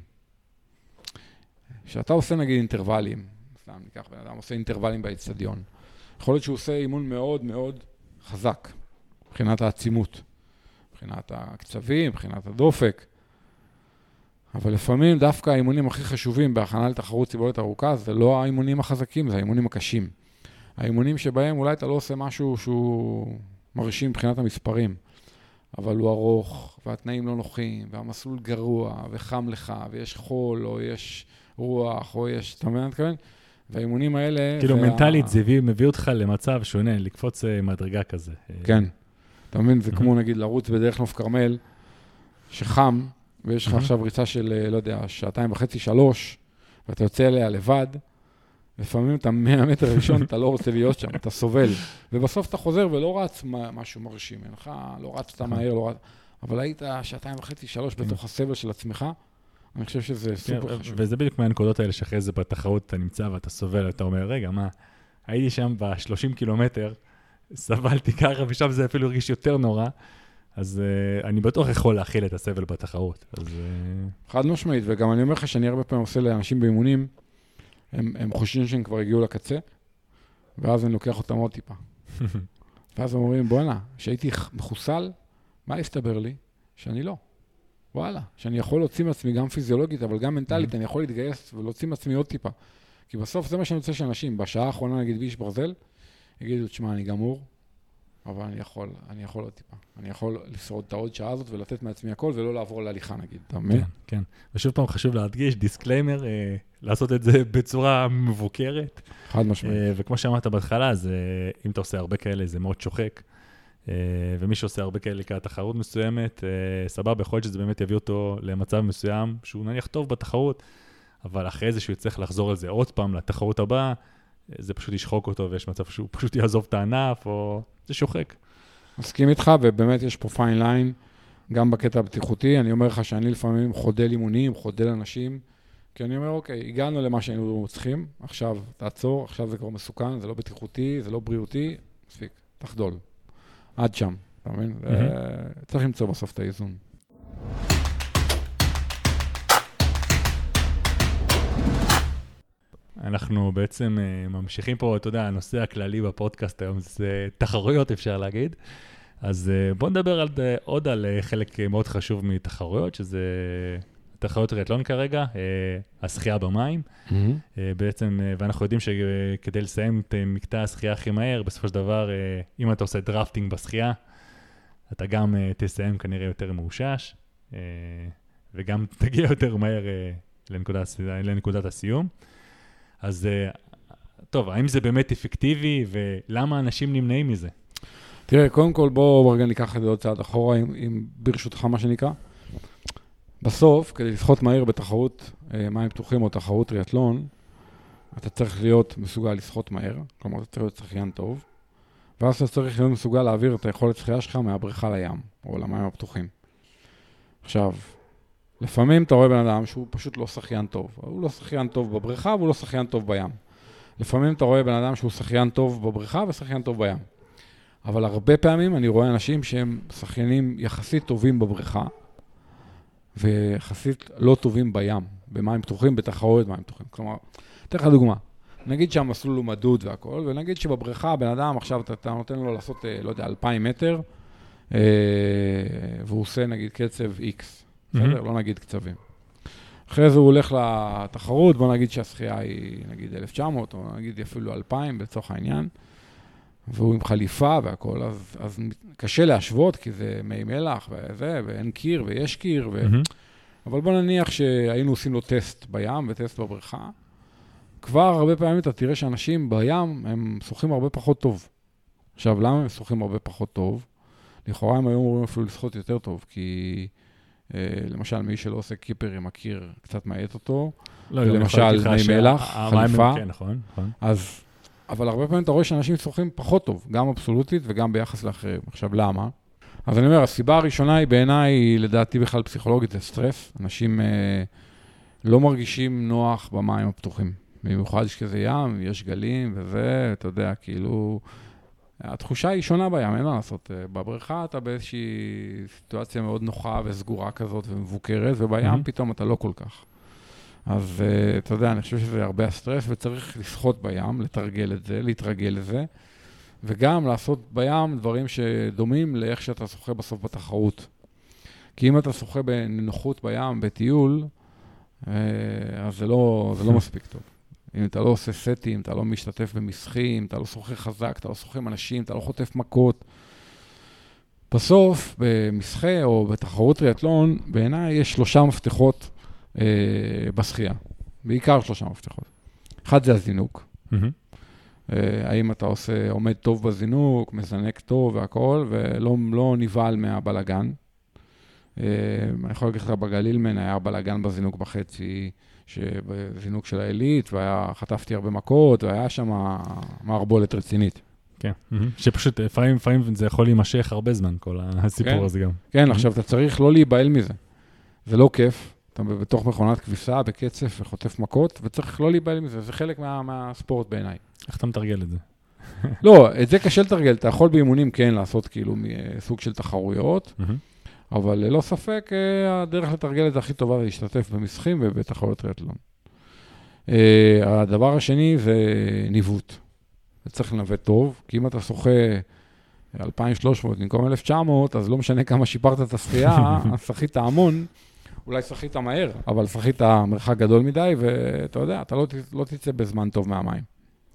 כשאתה עושה נגיד אינטרוולים, סתם ניקח בן אדם, עושה אינטרוולים באצטדיון, יכול להיות שהוא עושה אימון מאוד מאוד חזק, מבחינת העצימות, מבחינת הקצבים, מבחינת הדופק, אבל לפעמים דווקא האימונים הכי חשובים בהכנה לתחרות סיבולת ארוכה, זה לא האימונים החזקים, זה האימונים הקשים. האימונים שבהם אולי אתה לא עושה משהו שהוא מרשים מבחינת המספרים, אבל הוא ארוך, והתנאים לא נוחים, והמסלול גרוע, וחם לך, ויש חול, או יש רוח, או יש, אתה מבין, מתכוון? והאימונים האלה... כאילו מנטלית זה מביא אותך למצב שונה, לקפוץ מדרגה כזה. כן. אתה מבין, זה כמו נגיד לרוץ בדרך נוף כרמל, שחם, ויש לך עכשיו ריצה של, לא יודע, 2.5-3, ואתה יוצא אליה לבד, לפעמים אתה 100 מטר ראשון, אתה לא רוצה להיות שם, אתה סובל. ובסוף אתה חוזר ולא רץ משהו מרשים, אינך, לא רצת מהר, לא רץ, אבל היית 2.5-3 בתוך הסבל של עצמך, אני חושב שזה סופר חשוב. וזה בדיוק מהנקודות האלה שאחרי זה בתחרות אתה נמצא ואתה סובל, אתה אומר, רגע, מה, הייתי שם ב-30 קילומטר, סבלתי ככה, ושם זה אפילו הרגיש יותר נורא, אז אני בטוח יכול להכיל את הסבל בתחרות. חד משמעית, וגם אני אומר לך שאני הרבה פעמים עושה לאנשים באימונים, הם חושבים שהם כבר הגיעו לקצה, ואז אני לוקח אותם עוד טיפה. ואז הם אומרים, בואנה, שהייתי מחוסל, מה יסתבר לי? שאני לא. וואלה, שאני יכול להוציא מעצמי גם פיזיולוגית, אבל גם מנטלית, אני יכול להתגייס ולהוציא מעצמי עוד טיפה. כי בסוף זה מה שאני רוצה שאנשים, בשעה האחרונה נגיד באיש ברזל, יגידו, תשמע, אני גמור, אבל אני יכול עוד טיפה. אני יכול לשרוד את העוד שעה הזאת ולתת מעצמי הכל, ולא לעבור להליכה נגיד. כן, כן. ושוב פעם חשוב להדגיש, דיסקליימר, לעשות את זה בצורה מבוקרת. חד משמעית. וכמו שאמרת בהתחלה, אז אם אתה עושה הרבה כאלה, זה מאוד שוחק. ומי שעושה הרבה כאלה לקראת תחרות מסוימת, סבבה, יכול להיות שזה באמת יביא אותו למצב מסוים, שהוא נניח טוב בתחרות, אבל אחרי זה שהוא יצטרך לחזור על זה עוד פעם לתחרות הבאה, זה פשוט ישחוק אותו, ויש מצב שהוא פשוט יעזוב את הענף, או זה שוחק. מסכים איתך, ובאמת יש פה פיין ליין, גם בקטע הבטיחותי. אני אומר לך שאני לפעמים חודל אימונים, חודל אנשים, כי אני אומר, אוקיי, הגענו למה שהיינו צריכים, עכשיו תעצור, עכשיו זה כבר מסוכן, זה לא בטיחותי, זה לא בריאותי, מספיק, תחדול. עד שם, אתה מבין? צריך למצוא בסוף את האיזון. אנחנו בעצם ממשיכים פה, אתה יודע, הנושא הכללי בפודקאסט היום זה תחרויות, אפשר להגיד. אז בוא נדבר עוד על חלק מאוד חשוב מתחרויות, שזה תחרויות טריאתלון כרגע, השחייה במים. בעצם, ואנחנו יודעים שכדי לסיים את מקטע השחייה הכי מהר, בסופו של דבר, אם אתה עושה דרפטינג בשחייה, אתה גם תסיים כנראה יותר מאושש, וגם תגיע יותר מהר לנקודת הסיום. אז טוב, האם זה באמת אפקטיבי, ולמה אנשים נמנעים מזה? תראה, קודם כל בואו רגע ניקח את זה עוד צעד אחורה, אם ברשותך מה שנקרא. בסוף, כדי לשחות מהר בתחרות מים פתוחים או תחרות טריאתלון, אתה צריך להיות מסוגל לשחות מהר, כלומר אתה צריך להיות שחיין טוב, ואז אתה צריך להיות מסוגל להעביר את היכולת שחייה שלך מהבריכה לים, או למים הפתוחים. עכשיו, לפעמים אתה רואה בן אדם שהוא פשוט לא שחיין טוב. הוא לא שחיין טוב בבריכה, והוא לא שחיין טוב בים. לפעמים אתה רואה בן אדם שהוא שחיין טוב בבריכה ושחיין טוב בים. אבל הרבה פעמים אני רואה אנשים שהם שחיינים יחסית טובים בבריכה, ויחסית לא טובים בים, במים פתוחים, בתחרויות מים פתוחים. כלומר, אתן לך דוגמה. נגיד שהמסלול הוא מדוד והכל, ונגיד שבבריכה הבן אדם עכשיו אתה נותן לו לעשות, לא יודע, 2,000 מטר, והוא עושה נגיד קצב X, בסדר? לא נגיד קצבים. אחרי זה הוא הולך לתחרות, בוא נגיד שהשחייה היא נגיד 1,900, או נגיד אפילו 2,000 בצורך העניין, והוא עם חליפה והכל, אז קשה להשוות, כי זה מי מלח וזה, ואין קיר ויש קיר, אבל בוא נניח שהיינו עושים לו טסט בים וטסט בבריכה, כבר הרבה פעמים אתה תראה שאנשים בים הם שוחים הרבה פחות טוב. עכשיו, למה הם שוחים הרבה פחות טוב? לכאורה הם היו אמורים אפילו לשחות יותר טוב, כי למשל מי שלא עושה קיפר עם הקיר קצת מעט אותו, למשל מי מלח, חליפה, אבל הרבה פעמים אתה רואה שאנשים שוחים פחות טוב, גם אבסולוטית וגם ביחס לאחרים. עכשיו, למה? אז אני אומר, הסיבה הראשונה היא בעיניי, לדעתי בכלל פסיכולוגית, זה סטרס. אנשים לא מרגישים נוח במים הפתוחים. במיוחד שכזה ים, יש גלים וזה, אתה יודע, כאילו, התחושה היא שונה בים, אין מה לעשות. בבריכה אתה באיזושהי סיטואציה מאוד נוחה וסגורה כזאת ומבוקרת, ובים פתאום אתה לא כל כך. אז אתה יודע, אני חושב שזה הרבה הסטרס, וצריך לשחות בים, לתרגל את זה, להתרגל לזה, וגם לעשות בים דברים שדומים לאיך שאתה שוחה בסוף בתחרות. כי אם אתה שוחה בנוחות בים, בטיול, אז זה לא מספיק טוב. אם אתה לא עושה סטים, אתה לא משתתף במשחים, אתה לא שוחה חזק, אתה לא שוחה עם אנשים, אתה לא חוטף מכות. בסוף, במשחה או בתחרות טריאטלון, בעיניי יש 3 מפתחות בשחייה. בעיקר 3 מפתחות. אחד זה הזינוק. האם אתה עומד טוב בזינוק, מזנק טוב והכל, ולא נבעל מהבלגן. אני יכול להגיד לך, בגלילמן היה בלגן בזינוק בחצי, שבזינוק של העילית, חטפתי הרבה מכות, והיה שם מערבולת רצינית. כן, שפשוט לפעמים זה יכול להימשך הרבה זמן, כל הסיפור הזה גם. כן, עכשיו אתה צריך לא להיבהל מזה. זה לא כיף, אתה בתוך מכונת כביסה, בקצף וחוטף מכות, וצריך לא להיבהל מזה, זה חלק מהספורט בעיניי. איך אתה מתרגל את זה? לא, את זה קשה לתרגל, אתה יכול באימונים כן לעשות כאילו סוג של תחרויות, אבל ללא ספק, הדרך לתרגל את זה הכי טובה זה להשתתף במשחים ובתחרויות טריאטלון. הדבר השני זה ניווט. זה צריך לנווט טוב, כי אם אתה שוחה 2,300 במקום 1,900, אז לא משנה כמה שיפרת את השחייה, אז שחית המון, אולי שחית מהר, אבל שחית מרחק גדול מדי, ואתה יודע, אתה לא תצא בזמן טוב מהמים.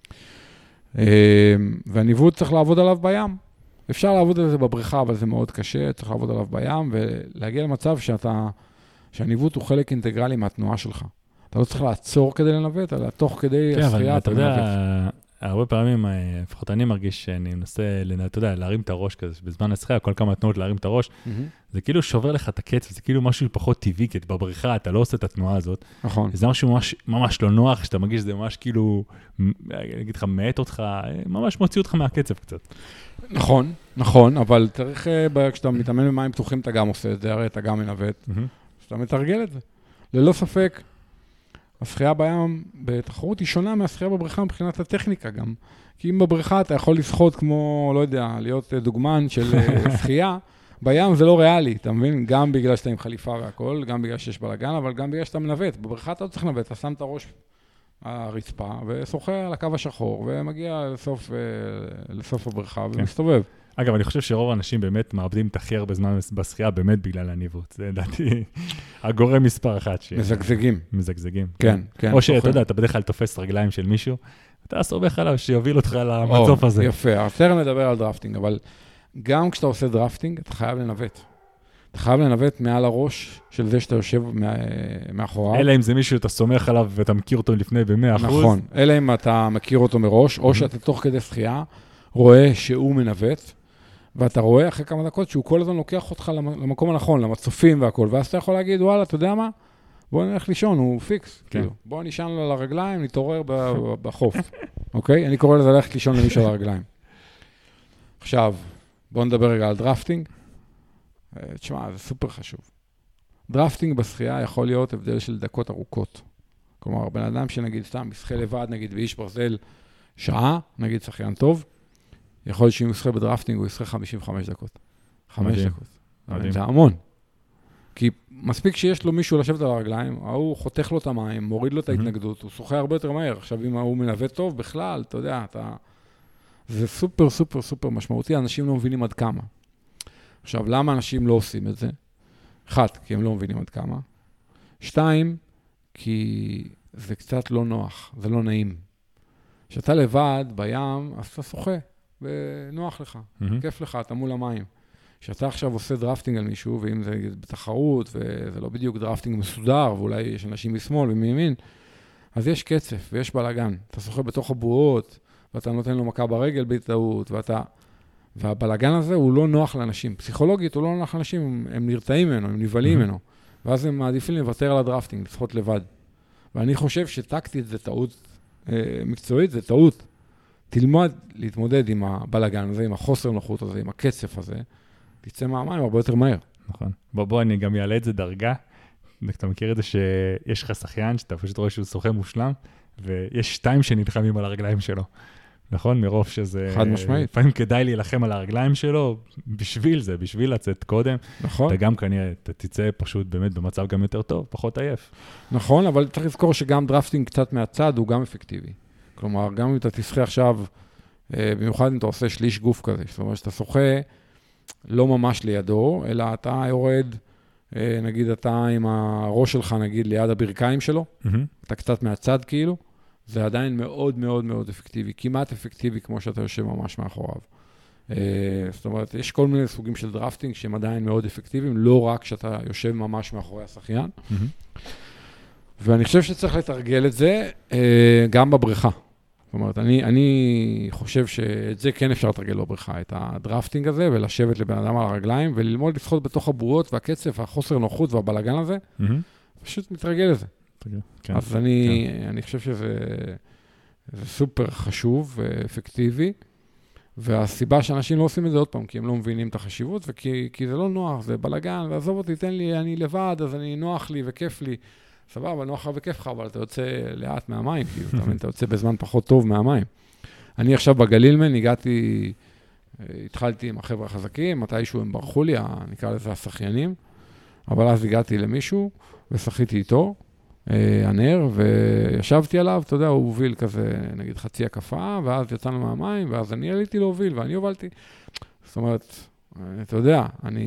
והניווט צריך לעבוד עליו בים. אפשר לעבוד על זה בבריכה, אבל זה מאוד קשה, צריך לעבוד עליו בים, ולהגיע למצב שהניווט הוא חלק אינטגרלי מהתנועה שלך. אתה לא צריך לעצור כדי לנווט, אלא תוך כדי השחייה אתה מנווט. הרבה פעמים, לפחות אני מרגיש שאני מנסה, אתה יודע, להרים את הראש כזה, בזמן השחייה, כל כמה תנועות להרים את הראש, זה כאילו שובר לך את הקצב, זה כאילו משהו פחות טבעי, כי בבריכה אתה לא עושה את התנועה הזאת. נכון. זה משהו ממש לא נוח, שאתה מרגיש שזה ממש כאילו, אני אגיד לך, מעט אותך, ממש מוציא אותך מהקצב קצת. נכון, אבל צריך, כשאתה מתאמן במים פתוחים, אתה גם עושה את זה, הרי אתה גם מנווט, אז אתה מתרגל את זה. ללא ספק, השחייה בים בתחרות היא שונה מהשחייה בבריכה מבחינת הטכניקה גם. כי אם בבריכה אתה יכול לשחות כמו, לא יודע, להיות דוגמן של שחייה, בים זה לא ריאלי, אתה מבין? גם בגלל שאתה עם חליפה והכל, גם בגלל שיש בלגן, אבל גם בגלל שאתה מנווט. בבריכה אתה לא צריך לנווט, אתה שם את הראש הרצפה ושוחה על הקו השחור, ומגיע לסוף הבריכה ומסתובב. אגב, אני חושב שרוב האנשים באמת מאבדים את הכי הרבה זמן בשחייה באמת בגלל הניווט. זה לדעתי הגורם מספר 1. מזגזגים. כן. או שאתה יודע, אתה בדרך כלל תופס רגליים של מישהו, אתה סומך עליו שיוביל אותך למצוף הזה. יפה, אז תכף נדבר על דרפטינג, אבל גם כשאתה עושה דרפטינג, אתה חייב לנווט. אתה חייב לנווט מעל הראש של זה שאתה יושב מאחוריו. אלא אם זה מישהו שאתה סומך עליו ואתה מכיר אותו לפני ב-100%. נכון, אלא אם אתה מכיר אותו מראש, או שאתה תוך כדי שחייה רואה שהוא מנווט, ואתה רואה אחרי כמה דקות שהוא כל הזמן לוקח אותך למקום הנכון, למצופים והכל, ואז אתה יכול להגיד, וואלה, אתה יודע מה? בוא נלך לישון, הוא פיקס. כאילו. בוא נשען לו על הרגליים, נתעורר בחוף. אוקיי? אני קורא לזה ללכת לישון למישהו על הרגליים. עכשיו, בוא נדבר רגע על דרפטינג. תשמע, זה סופר חשוב. דרפטינג בשחייה יכול להיות הבדל של דקות ארוכות. כלומר, בן אדם שנגיד סתם, משחה לבד, נגיד, ואיש ברזל שעה, נגיד שחיין טוב, יכול להיות שאם ישחה בדרפטינג, הוא ישחה 55 דקות. 5 דקות. זה המון. כי מספיק שיש לו מישהו לשבת על הרגליים, הוא חותך לו את המים, מוריד לו את ההתנגדות, הוא שוחה הרבה יותר מהר. עכשיו, אם הוא מנווט טוב, בכלל, אתה יודע, זה סופר, סופר, סופר משמעותי, אנשים לא מבינים עד כמה. עכשיו, למה אנשים לא עושים את זה? 1, כי הם לא מבינים עד כמה. 2, כי זה קצת לא נוח, זה לא נעים. כשאתה לבד בים, אז אתה שוחה, ונוח לך, כיף לך, אתה מול המים. כשאתה עכשיו עושה דרפטינג על מישהו, ואם זה בתחרות, וזה לא בדיוק דרפטינג מסודר, ואולי יש אנשים משמאל ומימין, אז יש קצף ויש בלגן. אתה שוחה בתוך הבועות, ואתה נותן לו מכה ברגל בטעות, והבלגן הזה הוא לא נוח לאנשים. פסיכולוגית הוא לא נוח לאנשים, הם נרתעים ממנו, הם נבלים ממנו. ואז הם מעדיפים לוותר על הדרפטינג, לשחות לבד. ואני חושב שטקטית זה טעות, מקצועית זה טעות. תלמד להתמודד עם הבלגן הזה, עם החוסר נוחות הזה, עם הקצף הזה, תצא מהמים הרבה יותר מהר. נכון. בוא, אני גם אעלה את זה דרגה. אתה מכיר את זה שיש לך שחיין, שאתה פשוט רואה שהוא שוחה מושלם, ויש 2 שנלחמים על הרגליים שלו. נכון? מרוב שזה... חד משמעית. לפעמים כדאי להילחם על הרגליים שלו, בשביל זה, בשביל לצאת קודם. נכון. וגם כנראה, אתה תצא פשוט באמת במצב גם יותר טוב, פחות עייף. נכון, אבל צריך לזכור שגם דרפטינג קצת מהצד הוא גם אפקטיבי. כלומר, גם אם אתה תשחה עכשיו, במיוחד אם אתה עושה שליש גוף כזה, זאת אומרת שאתה שוחה לא ממש לידו, אלא אתה יורד, נגיד אתה עם הראש שלך, נגיד ליד הברכיים שלו, אתה קצת מהצד כאילו, זה עדיין מאוד מאוד מאוד אפקטיבי, כמעט אפקטיבי כמו שאתה יושב ממש מאחוריו. זאת אומרת, יש כל מיני סוגים של דרפטינג שהם עדיין מאוד אפקטיביים, לא רק שאתה יושב ממש מאחורי השחיין. ואני חושב שצריך לתרגל את זה גם בבריכה. זאת אומרת, אני חושב שאת זה כן אפשר לתרגל בבריכה, את הדרפטינג הזה, ולשבת לבן אדם על הרגליים, וללמוד לשחות בתוך הבועות והקצף, והחוסר נוחות והבלגן הזה, פשוט מתרגל את זה. אז אני חושב שזה סופר חשוב ואפקטיבי, והסיבה שאנשים לא עושים את זה עוד פעם, כי הם לא מבינים את החשיבות, וכי זה לא נוח, זה בלגן, ועזוב אותי, תן לי, אני לבד, אז אני נוח לי וכיף לי. סבבה, נוח לך וכיף לך, אבל אתה יוצא לאט מהמים, כאילו, אתה יוצא בזמן פחות טוב מהמים. אני עכשיו בגלילמן, התחלתי עם החבר'ה החזקים, מתישהו הם ברחו לי, נקרא לזה השחיינים, אבל אז הגעתי למישהו, ושחיתי איתו, הנר, וישבתי עליו, אתה יודע, הוא הוביל כזה, נגיד, חצי הקפה, ואז יצאנו מהמים, ואז אני עליתי להוביל, ואני הובלתי. זאת אומרת, אתה יודע,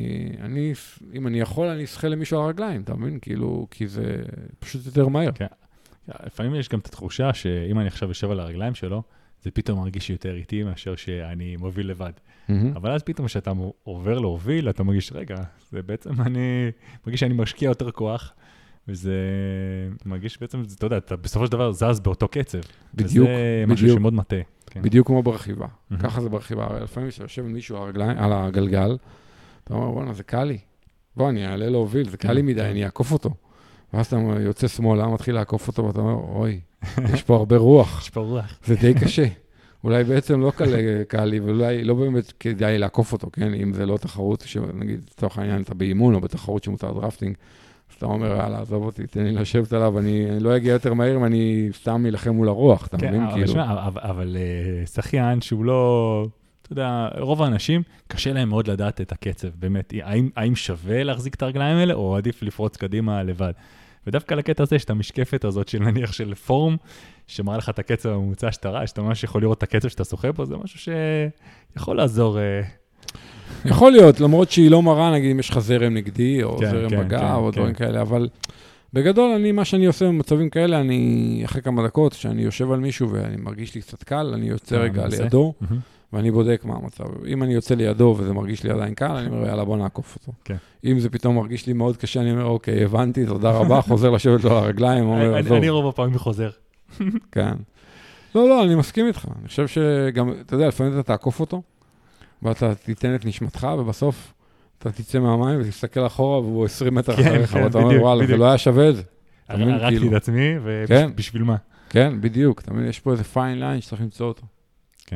אם אני יכול, אני אשחה למישהו על הרגליים, אתה מבין? כאילו, כי זה פשוט יותר מהר. כן. לפעמים יש גם את התחושה שאם אני עכשיו יושב על הרגליים שלו, זה פתאום מרגיש יותר איטי מאשר שאני מוביל לבד. אבל אז פתאום כשאתה עובר להוביל, אתה מרגיש, רגע, זה בעצם אני מרגיש שאני משקיע יותר כוח, וזה מרגיש בעצם, אתה יודע, אתה בסופו של דבר זז באותו קצב. בדיוק. וזה משהו שמאוד מטה. בדיוק כמו ברכיבה. ככה זה ברכיבה. לפעמים כשיושב מישהו על הגלגל, אתה אומר, בוא'נה, זה קל לי. בוא, אני אעלה להוביל, זה קל לי מדי, אני אעקוף אותו. ואז אתה יוצא שמאלה, מתחיל לעקוף אותו, ואתה אומר, אוי, יש פה הרבה רוח. יש פה רוח. זה די קשה. אולי בעצם לא קל לי, ואולי לא באמת כדאי לעקוף אותו, כן? אם זה לא תחרות, נגיד, לצורך העניין, אתה באימון או בתחרות שמותר דרפטינג, אז אתה אומר, יאללה, עזוב אותי, תן לי לשבת עליו, אני לא אגיע יותר מהר אם אני סתם מלחם מול הרוח, אתה מבין? אבל שחיין שהוא לא, אתה יודע, רוב האנשים, קשה להם מאוד לדעת את הקצב, באמת. האם שווה להחזיק את הרגליים האלה, או עדיף לפרוץ קדימה לבד? ודווקא לקטע הזה, שאתה משקפת הזאת של נניח של פורום, שמראה לך את הקצב הממוצע שאתה ראה, שאתה ממש יכול לראות את הקצב שאתה שוחה פה, זה משהו שיכול לעזור. יכול להיות, למרות שהיא לא מראה, נגיד, אם יש לך זרם נגדי, או זרם בגב, או דברים כאלה, אבל בגדול, מה שאני עושה במצבים כאלה, אני, אחרי כמה דקות, שאני יושב על מישהו ואני מרגיש לי קצת קל, אני יוצא רגע לידו, ואני בודק מה המצב. אם אני יוצא לידו וזה מרגיש לי עדיין קל, אני אומר, יאללה, בוא נעקוף אותו. אם זה פתאום מרגיש לי מאוד קשה, אני אומר, אוקיי, הבנתי, תודה רבה, חוזר לשבת לו על הרגליים, אומר, עזוב. אני רוב הפעמים חוזר. כן. לא, אני מסכים איתך. אני חושב שגם, אתה יודע, לפעמים אתה תעקוף אותו, ואתה תיתן את נשמתך, ובסוף אתה תצא מהמים ותסתכל אחורה, והוא 20 מטר אחריך, ואתה אומר, וואלה, זה לא היה שווה את זה. הרגתי את עצמי, ובשביל מה? כן, בדיוק. תמיד יש פה איזה פיין ליין שצריך למצוא אותו. כן.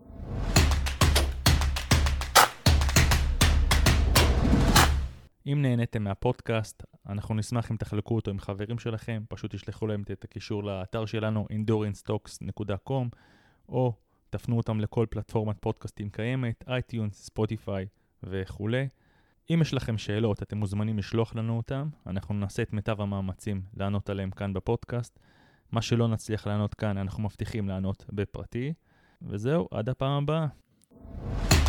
אם נהניתם מהפודקאסט, אנחנו נשמח אם תחלקו אותו עם חברים שלכם, פשוט תשלחו להם את הקישור לאתר שלנו, endurancestocks.com, או תפנו אותם לכל פלטפורמת פודקאסטים קיימת, iTunes, ספוטיפיי וכו'. אם יש לכם שאלות, אתם מוזמנים לשלוח לנו אותם. אנחנו נעשה את מיטב המאמצים לענות עליהם כאן בפודקאסט. מה שלא נצליח לענות כאן, אנחנו מבטיחים לענות בפרטי. וזהו, עד הפעם הבאה.